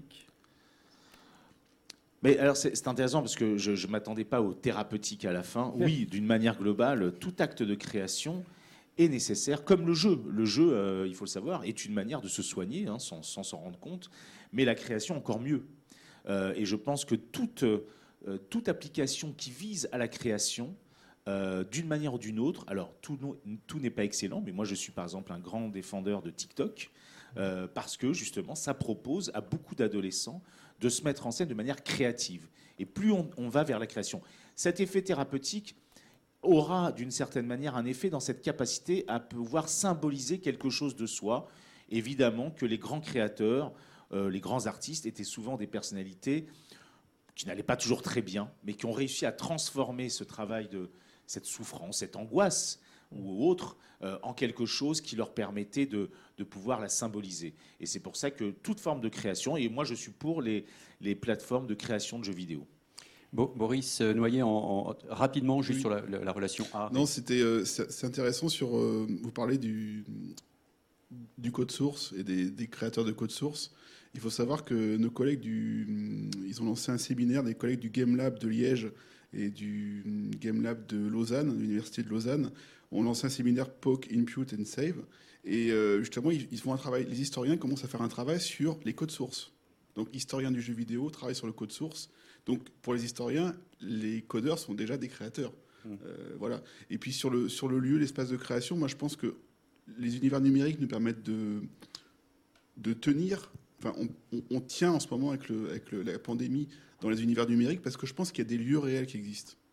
Mais alors c'est, c'est intéressant parce que je ne m'attendais pas au thérapeutique à la fin. Oui, d'une manière globale, tout acte de création est nécessaire, comme le jeu. Le jeu, euh, il faut le savoir, est une manière de se soigner, hein, sans, sans s'en rendre compte, mais la création encore mieux. Euh, et je pense que toute, euh, toute application qui vise à la création, euh, d'une manière ou d'une autre, alors tout, tout n'est pas excellent, mais moi je suis par exemple un grand défendeur de TikTok, euh, parce que justement ça propose à beaucoup d'adolescents de se mettre en scène de manière créative. Et plus on, on va vers la création. Cet effet thérapeutique aura d'une certaine manière un effet dans cette capacité à pouvoir symboliser quelque chose de soi. Évidemment que les grands créateurs, euh, les grands artistes étaient souvent des personnalités qui n'allaient pas toujours très bien, mais qui ont réussi à transformer ce travail de cette souffrance, cette angoisse ou autre, euh, en quelque chose qui leur permettait de, de pouvoir la symboliser. Et c'est pour ça que toute forme de création, et moi je suis pour les, les plateformes de création de jeux vidéo. Bon, Boris Noyer, en, en, rapidement, juste oui. sur la, la, la relation art. Non, c'était, euh, c'est, c'est intéressant sur. Euh, vous parlez du, du code source et des, des créateurs de code source. Il faut savoir que nos collègues du. Ils ont lancé un séminaire, des collègues du Game Lab de Liège et du Game Lab de Lausanne, de l'Université de Lausanne, ont lancé un séminaire Poke, Impute and Save. Et euh, justement, ils, ils font un travail. Les historiens commencent à faire un travail sur les codes sources. Donc, historiens du jeu vidéo travaillent sur le code source. Donc, pour les historiens, les codeurs sont déjà des créateurs. Mmh. Euh, voilà. Et puis, sur le, sur le lieu, l'espace de création, moi, je pense que les univers numériques nous permettent de, de tenir. Enfin, on, on, on tient en ce moment avec, le, avec le, la pandémie dans les univers numériques parce que je pense qu'il y a des lieux réels qui existent.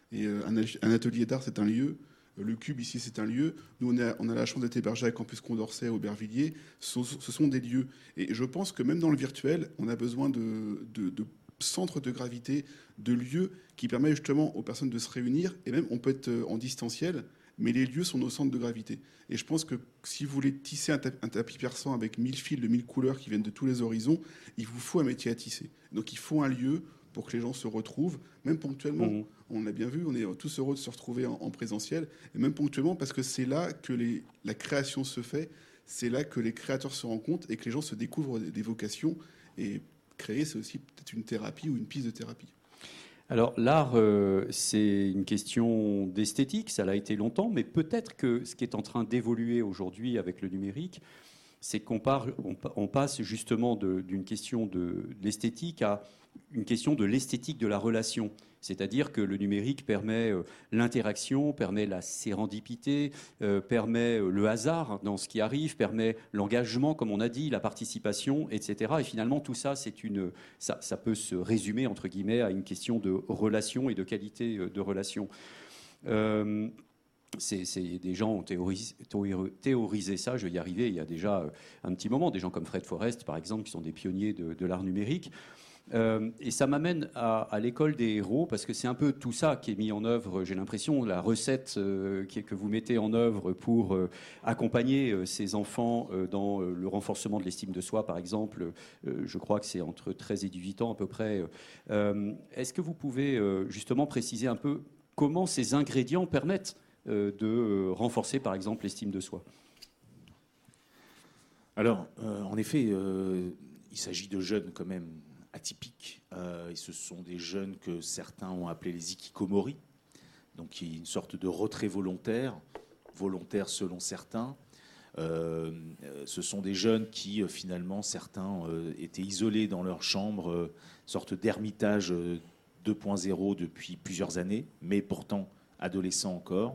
Et euh, un, un atelier d'art, c'est un lieu. Le Cube, ici, c'est un lieu. Nous, on a, on a la chance d'être hébergés à Campus Condorcet, Aubervilliers. Ce, ce sont des lieux. Et je pense que même dans le virtuel, on a besoin de, de, de centres de gravité, de lieux qui permettent justement aux personnes de se réunir. Et même, on peut être en distanciel, mais les lieux sont nos centres de gravité. Et je pense que si vous voulez tisser un, tapis, un tapis persan avec mille fils de mille couleurs qui viennent de tous les horizons, il vous faut un métier à tisser. Donc il faut un lieu pour que les gens se retrouvent, même ponctuellement. Mmh. On l'a bien vu, on est tous heureux de se retrouver en, en présentiel, et même ponctuellement, parce que c'est là que les, la création se fait, c'est là que les créateurs se rencontrent et que les gens se découvrent des, des vocations. Et créer, c'est aussi peut-être une thérapie ou une piste de thérapie. Alors l'art, euh, c'est une question d'esthétique, ça l'a été longtemps, mais peut-être que ce qui est en train d'évoluer aujourd'hui avec le numérique, c'est qu'on parle, on, on passe justement de, d'une question de, de l'esthétique à une question de l'esthétique de la relation. C'est-à-dire que le numérique permet euh, l'interaction, permet la sérendipité, euh, permet euh, le hasard dans ce qui arrive, permet l'engagement, comme on a dit, la participation, et cetera. Et finalement, tout ça, c'est une, ça, ça peut se résumer, entre guillemets, à une question de relation et de qualité euh, de relation. Euh, C'est, c'est, des gens ont théorisé, théorisé ça, je vais y arriver, il y a déjà un petit moment. Des gens comme Fred Forrest, par exemple, qui sont des pionniers de, de l'art numérique. Euh, et ça m'amène à, à l'école des héros, parce que c'est un peu tout ça qui est mis en œuvre, j'ai l'impression, la recette euh, qui est, que vous mettez en œuvre pour euh, accompagner euh, ces enfants euh, dans euh, le renforcement de l'estime de soi, par exemple. Euh, je crois que c'est entre treize et dix-huit ans à peu près. Euh, est-ce que vous pouvez euh, justement préciser un peu comment ces ingrédients permettent euh, de euh, renforcer, par exemple, l'estime de soi? Alors, euh, en effet, euh, il s'agit de jeunes quand même atypiques. Euh, et ce sont des jeunes que certains ont appelés les hikikomori, donc une sorte de retrait volontaire, volontaire selon certains. Euh, ce sont des jeunes qui, euh, finalement, certains euh, étaient isolés dans leur chambre, euh, sorte d'ermitage euh, deux point zéro depuis plusieurs années, mais pourtant adolescents encore.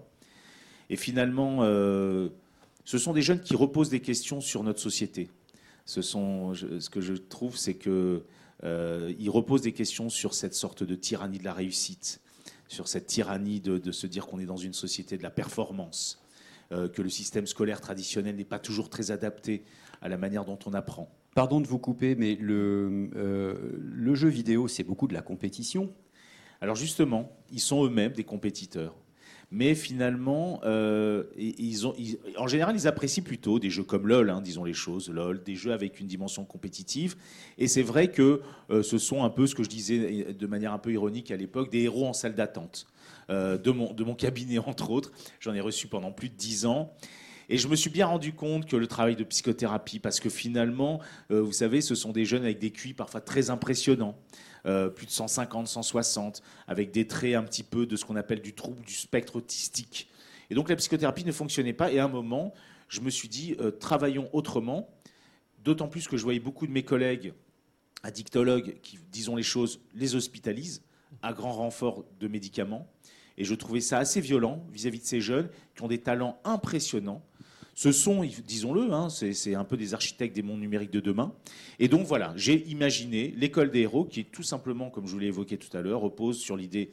Et finalement, euh, ce sont des jeunes qui reposent des questions sur notre société. Ce, sont, je, ce que je trouve, c'est qu'ils euh, reposent des questions sur cette sorte de tyrannie de la réussite, sur cette tyrannie de, de se dire qu'on est dans une société de la performance, euh, que le système scolaire traditionnel n'est pas toujours très adapté à la manière dont on apprend. Pardon de vous couper, mais le, euh, le jeu vidéo, c'est beaucoup de la compétition. Alors justement, ils sont eux-mêmes des compétiteurs. Mais finalement, euh, ils ont, ils, en général, ils apprécient plutôt des jeux comme LOL, hein, disons les choses, LOL, des jeux avec une dimension compétitive. Et c'est vrai que euh, ce sont un peu ce que je disais de manière un peu ironique à l'époque, des héros en salle d'attente. Euh, de, mon, de mon cabinet, entre autres. J'en ai reçu pendant plus de dix ans. Et je me suis bien rendu compte que le travail de psychothérapie, parce que finalement, euh, vous savez, ce sont des jeunes avec des Q I parfois très impressionnants. Euh, plus de cent cinquante, cent soixante, avec des traits un petit peu de ce qu'on appelle du trouble du spectre autistique. Et donc la psychothérapie ne fonctionnait pas. Et à un moment, je me suis dit, euh, travaillons autrement. D'autant plus que je voyais beaucoup de mes collègues addictologues qui, disons les choses, les hospitalisent à grand renfort de médicaments. Et je trouvais ça assez violent vis-à-vis de ces jeunes qui ont des talents impressionnants. Ce sont, disons-le, hein, c'est, c'est un peu des architectes des mondes numériques de demain. Et donc voilà, j'ai imaginé l'école des héros qui, tout simplement, comme je vous l'ai évoqué tout à l'heure, repose sur l'idée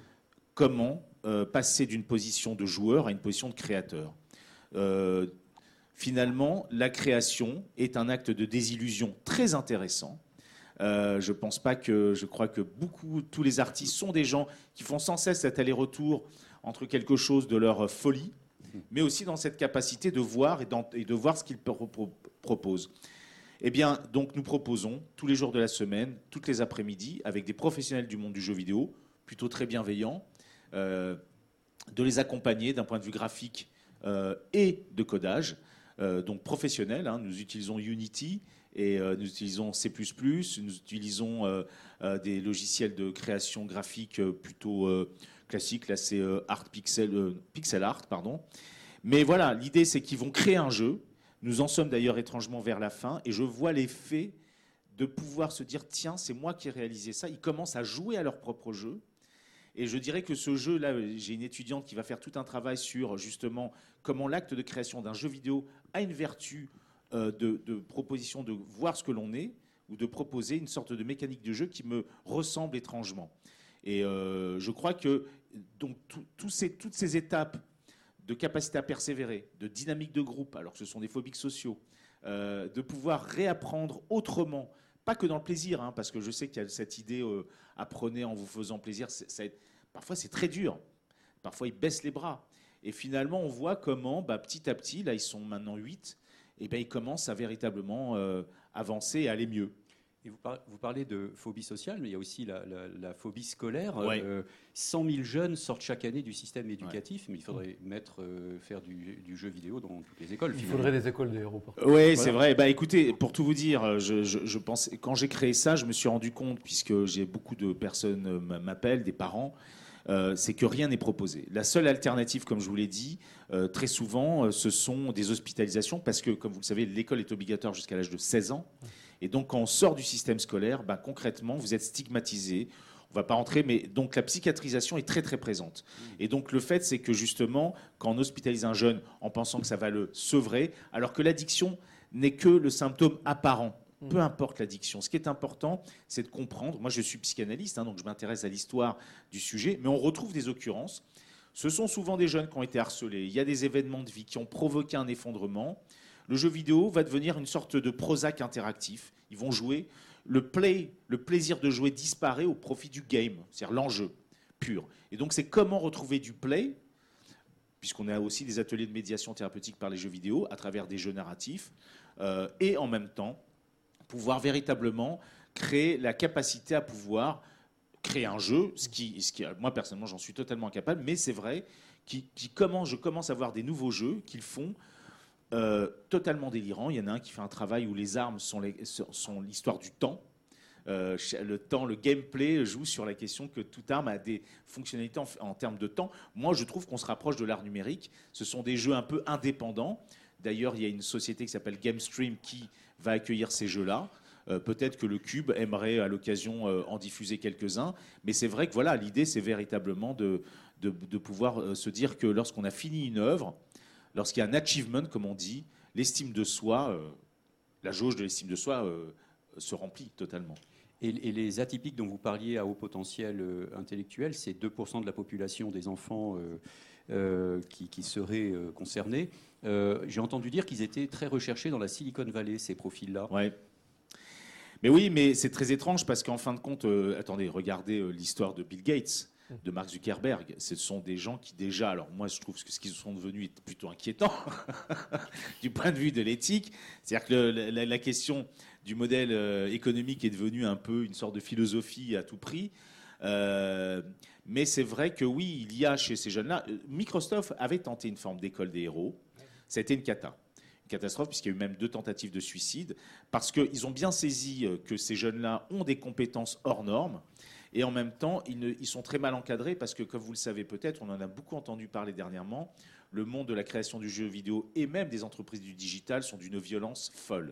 comment euh, passer d'une position de joueur à une position de créateur. Euh, finalement, la création est un acte de désillusion très intéressant. Euh, je pense pas que, je crois que beaucoup, tous les artistes sont des gens qui font sans cesse cet aller-retour entre quelque chose de leur folie, mais aussi dans cette capacité de voir et, dans, et de voir ce qu'ils pro- pro- proposent. Eh bien, donc nous proposons tous les jours de la semaine, toutes les après-midi, avec des professionnels du monde du jeu vidéo, plutôt très bienveillants, euh, de les accompagner d'un point de vue graphique euh, et de codage, euh, donc professionnels. Hein, nous utilisons Unity. Et euh, nous utilisons C plus plus, nous utilisons euh, euh, des logiciels de création graphique euh, plutôt euh, classiques. Là, c'est euh, art pixel, euh, pixel art, pardon. Mais voilà, l'idée, c'est qu'ils vont créer un jeu. Nous en sommes d'ailleurs étrangement vers la fin. Et je vois l'effet de pouvoir se dire, tiens, c'est moi qui ai réalisé ça. Ils commencent à jouer à leur propre jeu. Et je dirais que ce jeu-là, j'ai une étudiante qui va faire tout un travail sur, justement, comment l'acte de création d'un jeu vidéo a une vertu Euh, de, de proposition de voir ce que l'on est ou de proposer une sorte de mécanique de jeu qui me ressemble étrangement. Et euh, je crois qu'il donc tout, tout ces, toutes ces étapes de capacité à persévérer, de dynamique de groupe, alors que ce sont des phobiques sociaux, euh, de pouvoir réapprendre autrement, pas que dans le plaisir, hein, parce que je sais qu'il y a cette idée, euh, apprenez en vous faisant plaisir, c'est, ça, parfois c'est très dur, parfois ils baissent les bras. Et finalement, on voit comment, bah, petit à petit, là ils sont maintenant huit, et ben, ils commencent à véritablement euh, avancer et aller mieux. Et vous, par, vous parlez de phobie sociale, mais il y a aussi la, la, la phobie scolaire. Ouais. Euh, cent mille jeunes sortent chaque année du système éducatif, ouais. mais il faudrait mettre, euh, faire du, du jeu vidéo dans toutes les écoles. Il finalement. faudrait des écoles de héros. Oui, voilà. C'est vrai. Bah, écoutez, pour tout vous dire, je, je, je pense, quand j'ai créé ça, je me suis rendu compte, puisque j'ai beaucoup de personnes m'appellent, des parents, euh, c'est que rien n'est proposé. La seule alternative, comme je vous l'ai dit, euh, très souvent, euh, ce sont des hospitalisations, parce que, comme vous le savez, l'école est obligatoire jusqu'à l'âge de seize ans. Et donc, quand on sort du système scolaire, bah, concrètement, vous êtes stigmatisé. On ne va pas rentrer, mais donc la psychiatrisation est très très présente. Et donc le fait, c'est que justement, quand on hospitalise un jeune en pensant que ça va le sevrer, alors que l'addiction n'est que le symptôme apparent. Peu importe l'addiction. Ce qui est important, c'est de comprendre. Moi, je suis psychanalyste, hein, donc je m'intéresse à l'histoire du sujet, mais on retrouve des occurrences. Ce sont souvent des jeunes qui ont été harcelés. Il y a des événements de vie qui ont provoqué un effondrement. Le jeu vidéo va devenir une sorte de Prozac interactif. Ils vont jouer. Le play, le plaisir de jouer disparaît au profit du game, c'est-à-dire l'enjeu pur. Et donc, c'est comment retrouver du play, puisqu'on a aussi des ateliers de médiation thérapeutique par les jeux vidéo, à travers des jeux narratifs, euh, et en même temps, pouvoir véritablement créer la capacité à pouvoir créer un jeu, ce qui, ce qui moi, personnellement, j'en suis totalement incapable, mais c'est vrai, qui, qui commence, je commence à voir des nouveaux jeux qu'ils font Euh, totalement délirant. Il y en a un qui fait un travail où les armes sont, les, sont l'histoire du temps. Euh, le temps, le gameplay joue sur la question que toute arme a des fonctionnalités en, en termes de temps. Moi, je trouve qu'on se rapproche de l'art numérique. Ce sont des jeux un peu indépendants. D'ailleurs, il y a une société qui s'appelle GameStream qui va accueillir ces jeux-là. Euh, peut-être que le Cube aimerait à l'occasion euh, en diffuser quelques-uns. Mais c'est vrai que voilà, l'idée, c'est véritablement de, de, de pouvoir euh, se dire que lorsqu'on a fini une œuvre, lorsqu'il y a un achievement, comme on dit, l'estime de soi, euh, la jauge de l'estime de soi euh, se remplit totalement. Et, et les atypiques dont vous parliez à haut potentiel euh, intellectuel, c'est deux pour cent de la population des enfants euh, euh, qui, qui seraient euh, concernés. Euh, j'ai entendu dire qu'ils étaient très recherchés dans la Silicon Valley, ces profils-là. Ouais. Mais oui, mais c'est très étrange parce qu'en fin de compte, euh, attendez, regardez euh, l'histoire de Bill Gates, de Mark Zuckerberg. Ce sont des gens qui déjà, alors moi je trouve que ce qu'ils sont devenus est plutôt inquiétant du point de vue de l'éthique. C'est-à-dire que le, la, la question du modèle euh, économique est devenue un peu une sorte de philosophie à tout prix. Euh, mais c'est vrai que oui, il y a chez ces jeunes-là, Microsoft avait tenté une forme d'école des héros. Ça a été une cata. Une catastrophe puisqu'il y a eu même deux tentatives de suicide parce qu'ils ont bien saisi que ces jeunes-là ont des compétences hors normes. Et en même temps, ils, ne, ils sont très mal encadrés parce que, comme vous le savez peut-être, on en a beaucoup entendu parler dernièrement, le monde de la création du jeu vidéo et même des entreprises du digital sont d'une violence folle.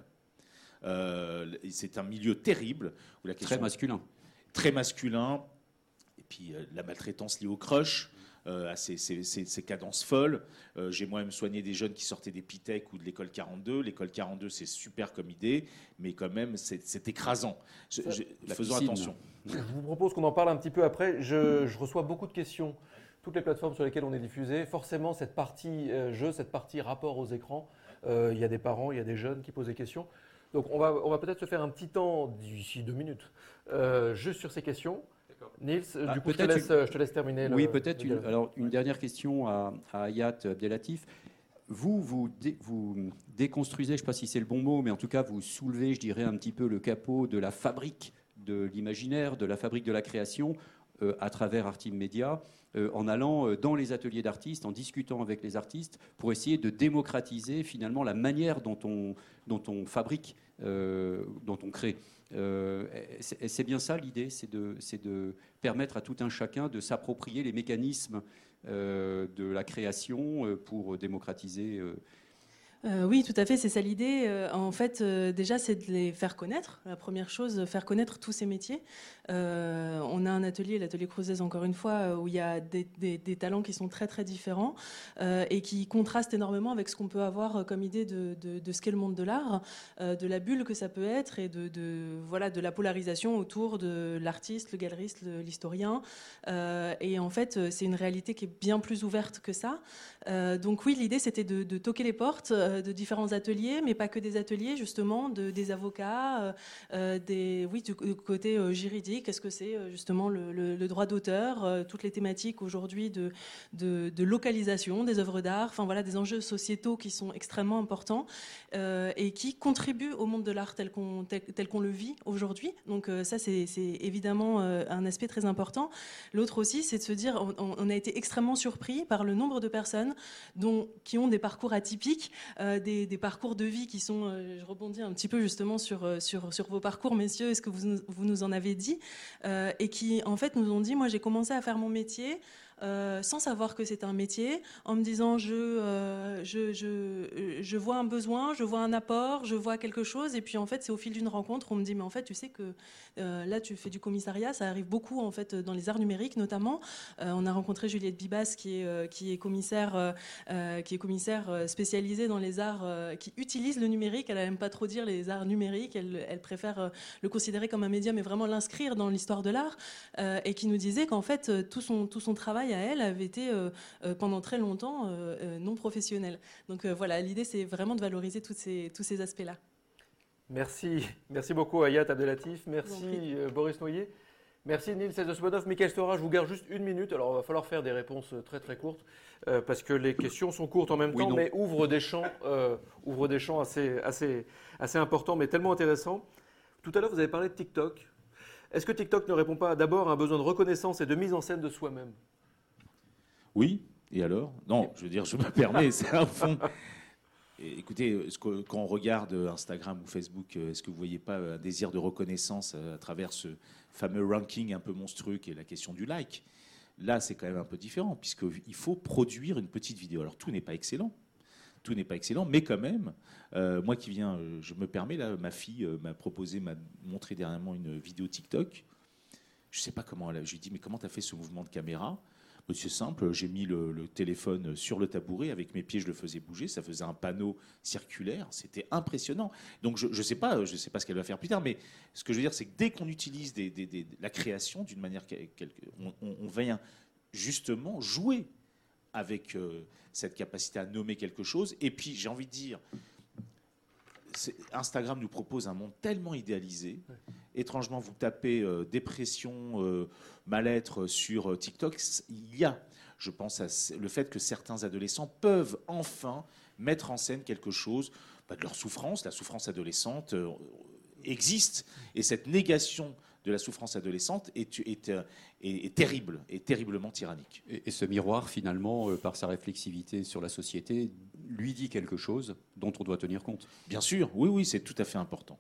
Euh, c'est un milieu terrible. Où la question, très masculin. Très masculin. Et puis euh, la maltraitance liée au crush, euh, à ces, ces, ces, ces cadences folles. Euh, j'ai moi-même soigné des jeunes qui sortaient des Pitech ou de l'école quarante-deux. L'école quarante-deux, c'est super comme idée, mais quand même, c'est, c'est écrasant. Je, je, faisons piscine. Attention. Je vous propose qu'on en parle un petit peu après. Je, je reçois beaucoup de questions. Toutes les plateformes sur lesquelles on est diffusé, forcément, cette partie euh, jeu, cette partie rapport aux écrans, euh, il y a des parents, il y a des jeunes qui posent des questions. Donc, on va, on va peut-être se faire un petit temps, d'ici deux minutes, euh, juste sur ces questions. Niels, ah, du coup, je te, laisse, une... je te laisse terminer. Oui, le, peut-être. le une, alors, une dernière question à, à Hayat Abdelatif. Vous, vous, dé, vous déconstruisez, je ne sais pas si c'est le bon mot, mais en tout cas, vous soulevez, je dirais, un petit peu le capot de la fabrique de l'imaginaire, de la fabrique de la création, euh, à travers Artim Media, euh, en allant euh, dans les ateliers d'artistes, en discutant avec les artistes, pour essayer de démocratiser finalement la manière dont on, dont on fabrique, euh, dont on crée. Euh, c'est, c'est bien ça l'idée, c'est de, c'est de permettre à tout un chacun de s'approprier les mécanismes euh, de la création euh, pour démocratiser. Euh, Euh, oui, tout à fait, c'est ça l'idée. Euh, en fait, euh, déjà, c'est de les faire connaître. La première chose, faire connaître tous ces métiers. Euh, on a un atelier, l'atelier Crouzès, encore une fois, où il y a des, des, des talents qui sont très, très différents euh, et qui contrastent énormément avec ce qu'on peut avoir comme idée de, de, de ce qu'est le monde de l'art, euh, de la bulle que ça peut être et de, de, voilà, de la polarisation autour de l'artiste, le galeriste, le, l'historien. Euh, et en fait, c'est une réalité qui est bien plus ouverte que ça. Euh, donc oui, l'idée, c'était de, de toquer les portes de différents ateliers, mais pas que des ateliers, justement, de, des avocats, euh, des, oui, du côté euh, juridique. Est-ce que c'est euh, justement le, le, le droit d'auteur, euh, toutes les thématiques aujourd'hui de, de, de localisation des œuvres d'art, enfin voilà, des enjeux sociétaux qui sont extrêmement importants euh, et qui contribuent au monde de l'art tel qu'on, tel, tel qu'on le vit aujourd'hui. Donc euh, ça, c'est, c'est évidemment euh, un aspect très important. L'autre aussi, c'est de se dire, on, on a été extrêmement surpris par le nombre de personnes dont, qui ont des parcours atypiques, Euh, des, des parcours de vie qui sont, euh, je rebondis un petit peu justement sur, euh, sur, sur vos parcours, messieurs, et ce que vous, vous nous en avez dit, euh, et qui en fait nous ont dit, moi j'ai commencé à faire mon métier Euh, sans savoir que c'est un métier, en me disant je, euh, je, je, je vois un besoin, je vois un apport, je vois quelque chose, et puis en fait c'est au fil d'une rencontre on me dit mais en fait tu sais que euh, là tu fais du commissariat, ça arrive beaucoup en fait dans les arts numériques notamment. Euh, on a rencontré Juliette Bibas qui est, euh, qui est commissaire, euh, qui est commissaire spécialisée dans les arts, euh, qui utilise le numérique. Elle n'aime pas trop dire les arts numériques, elle, elle préfère euh, le considérer comme un média, mais vraiment l'inscrire dans l'histoire de l'art, euh, et qui nous disait qu'en fait tout son, tout son travail à elle avait été euh, euh, pendant très longtemps euh, euh, non professionnel. Donc euh, voilà, l'idée c'est vraiment de valoriser toutes ces, tous ces aspects-là. Merci, merci beaucoup Hayat Abdelatif, merci euh, Boris Noyer, merci Nils Esosmanov, Michael Stora. Je vous garde juste une minute, alors il va falloir faire des réponses très très courtes euh, parce que les questions sont courtes en même oui, temps, non. mais ouvrent des champs, euh, ouvrent des champs assez, assez, assez importants, mais tellement intéressants. Tout à l'heure vous avez parlé de TikTok. Est-ce que TikTok ne répond pas d'abord à un besoin de reconnaissance et de mise en scène de soi-même ? Oui, et alors ? Non, je veux dire, je me permets, c'est un fond. Et écoutez, quand on regarde Instagram ou Facebook, est-ce que vous ne voyez pas un désir de reconnaissance à travers ce fameux ranking un peu monstrueux qui est la question du like ? Là, c'est quand même un peu différent, puisqu'il faut produire une petite vidéo. Alors, tout n'est pas excellent. Tout n'est pas excellent, mais quand même, euh, moi qui viens, je me permets, là, ma fille euh, m'a proposé, m'a montré dernièrement une vidéo TikTok. Je ne sais pas comment elle a... Je lui ai dit, mais comment tu as fait ce mouvement de caméra ? C'est simple, j'ai mis le, le téléphone sur le tabouret, avec mes pieds je le faisais bouger, ça faisait un panneau circulaire, c'était impressionnant. Donc je ne sais pas, je sais pas ce qu'elle va faire plus tard, mais ce que je veux dire c'est que dès qu'on utilise des, des, des, la création d'une manière, on, on, on vient justement jouer avec euh, cette capacité à nommer quelque chose. Et puis j'ai envie de dire, Instagram nous propose un monde tellement idéalisé. Ouais. Étrangement, vous tapez euh, dépression, euh, mal-être sur euh, TikTok, il y a, je pense, à le fait que certains adolescents peuvent enfin mettre en scène quelque chose bah, de leur souffrance. La souffrance adolescente euh, existe, et cette négation de la souffrance adolescente est, est, est, est terrible, est terriblement tyrannique. Et, et ce miroir, finalement, euh, par sa réflexivité sur la société, lui dit quelque chose dont on doit tenir compte. Bien sûr, oui, oui, c'est tout à fait important.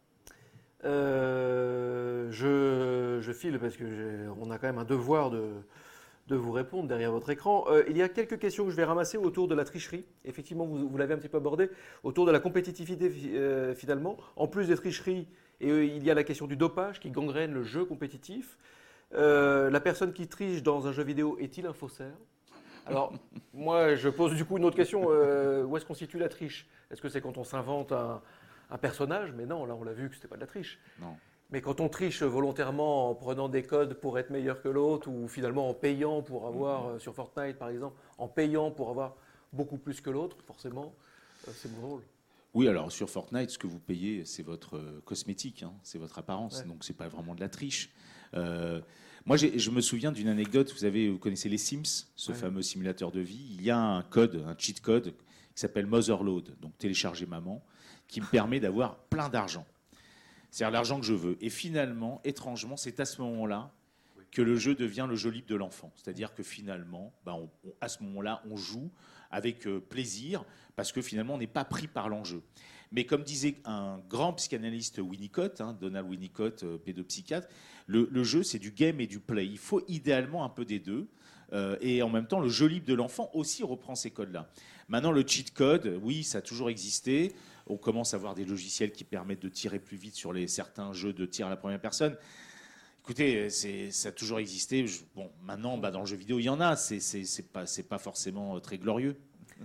Euh, je, je file parce qu'on a quand même un devoir de, de vous répondre derrière votre écran. Euh, il y a quelques questions que je vais ramasser autour de la tricherie. Effectivement, vous, vous l'avez un petit peu abordé, autour de la compétitivité euh, finalement. En plus des tricheries, et, euh, il y a la question du dopage qui gangrène le jeu compétitif. Euh, la personne qui triche dans un jeu vidéo est-il un faussaire ? Alors, moi, je pose du coup une autre question. Euh, où est-ce qu'on situe la triche ? Est-ce que c'est quand on s'invente un... un personnage, mais non, là on l'a vu que ce n'était pas de la triche. Non. Mais quand on triche volontairement en prenant des codes pour être meilleur que l'autre, ou finalement en payant pour avoir, mmh. sur Fortnite par exemple, en payant pour avoir beaucoup plus que l'autre, forcément, euh, c'est mon rôle. Oui, alors sur Fortnite, ce que vous payez, c'est votre euh, cosmétique, hein, c'est votre apparence, ouais. Donc c'est pas vraiment de la triche. Euh, moi, j'ai, je me souviens d'une anecdote, vous, avez, vous connaissez les Sims, ce ouais. fameux simulateur de vie. Il y a un code, un cheat code, qui s'appelle Motherload, donc télécharger maman, qui me permet d'avoir plein d'argent. C'est-à-dire l'argent que je veux. Et finalement, étrangement, c'est à ce moment-là que le jeu devient le jeu libre de l'enfant. C'est-à-dire que finalement, ben on, on, à ce moment-là, on joue avec euh, plaisir, parce que finalement, on n'est pas pris par l'enjeu. Mais comme disait un grand psychanalyste Winnicott, hein, Donald Winnicott, euh, pédopsychiatre, le, le jeu, c'est du game et du play. Il faut idéalement un peu des deux. Euh, et en même temps, le jeu libre de l'enfant aussi reprend ces codes-là. Maintenant, le cheat code, oui, ça a toujours existé. On commence à avoir des logiciels qui permettent de tirer plus vite sur les, certains jeux de tir à la première personne. Écoutez, c'est, ça a toujours existé. Je, bon, maintenant, bah, dans le jeu vidéo, il y en a. C'est, c'est, c'est pas, c'est pas forcément très glorieux.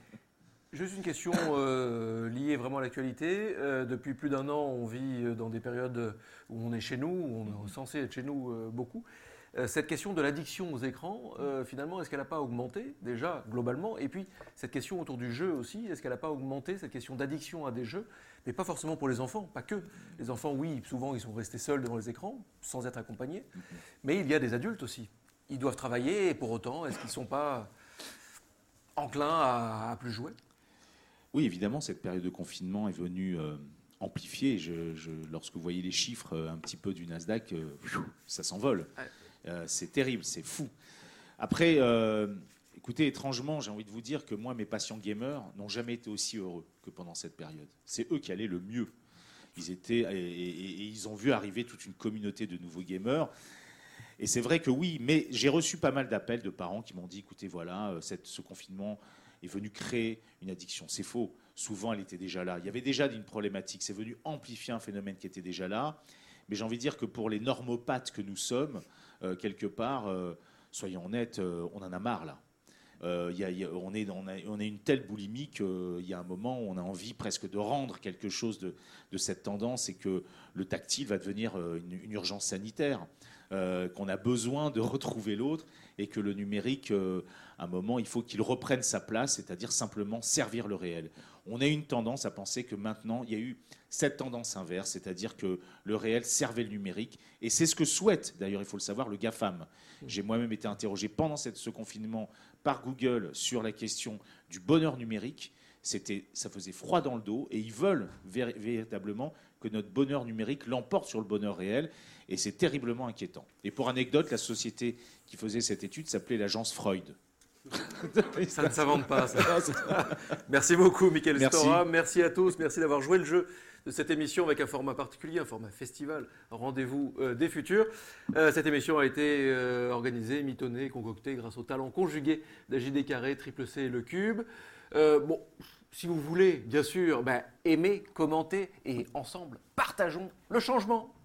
Juste une question euh, liée vraiment à l'actualité. Euh, depuis plus d'un an, on vit dans des périodes où on est chez nous, où on est censé être chez nous euh, beaucoup. Euh, cette question de l'addiction aux écrans, euh, finalement, est-ce qu'elle n'a pas augmenté déjà globalement? Et puis cette question autour du jeu aussi, est-ce qu'elle n'a pas augmenté cette question d'addiction à des jeux? Mais pas forcément pour les enfants, pas que. Les enfants, oui, souvent ils sont restés seuls devant les écrans, sans être accompagnés. Mais il y a des adultes aussi. Ils doivent travailler et pour autant, est-ce qu'ils ne sont pas enclins à, à plus jouer? Oui, évidemment, cette période de confinement est venue euh, amplifier. Je, je, lorsque vous voyez les chiffres euh, un petit peu du Nasdaq, euh, ça s'envole. Ouais. Euh, c'est terrible, c'est fou. Après, euh, écoutez, étrangement, j'ai envie de vous dire que moi, mes patients gamers n'ont jamais été aussi heureux que pendant cette période. C'est eux qui allaient le mieux. Ils étaient, et, et, et ils ont vu arriver toute une communauté de nouveaux gamers. Et c'est vrai que oui, mais j'ai reçu pas mal d'appels de parents qui m'ont dit, écoutez, voilà, cette, ce confinement est venu créer une addiction. C'est faux. Souvent, elle était déjà là. Il y avait déjà une problématique. C'est venu amplifier un phénomène qui était déjà là. Mais j'ai envie de dire que pour les normopathes que nous sommes, euh, quelque part, euh, soyons honnêtes, euh, on en a marre là. Euh, y a, y a, on, est, on, a, on a une telle boulimie qu'il y a un moment où on a envie presque de rendre quelque chose de, de cette tendance et que le tactile va devenir une, une urgence sanitaire. Euh, qu'on a besoin de retrouver l'autre et que le numérique, euh, à un moment, il faut qu'il reprenne sa place, c'est-à-dire simplement servir le réel. On a une tendance à penser que maintenant, il y a eu cette tendance inverse, c'est-à-dire que le réel servait le numérique. Et c'est ce que souhaite, d'ailleurs, il faut le savoir, le GAFAM. J'ai moi-même été interrogé pendant cette, ce confinement par Google sur la question du bonheur numérique. C'était, ça faisait froid dans le dos et ils veulent vér- véritablement que notre bonheur numérique l'emporte sur le bonheur réel et c'est terriblement inquiétant. Et pour anecdote, la société qui faisait cette étude s'appelait l'agence Freud. Ça ne s'invente pas, ça. Merci beaucoup, Mickaël Merci. Stora. Merci à tous. Merci d'avoir joué le jeu de cette émission avec un format particulier, un format festival. Rendez-vous euh, des futurs. Euh, cette émission a été euh, organisée, mitonnée, concoctée grâce au talent conjugué d'J D Carré, Triple C et Le Cube. Euh, bon, si vous voulez, bien sûr, ben, aimer, commenter et ensemble, partageons le changement.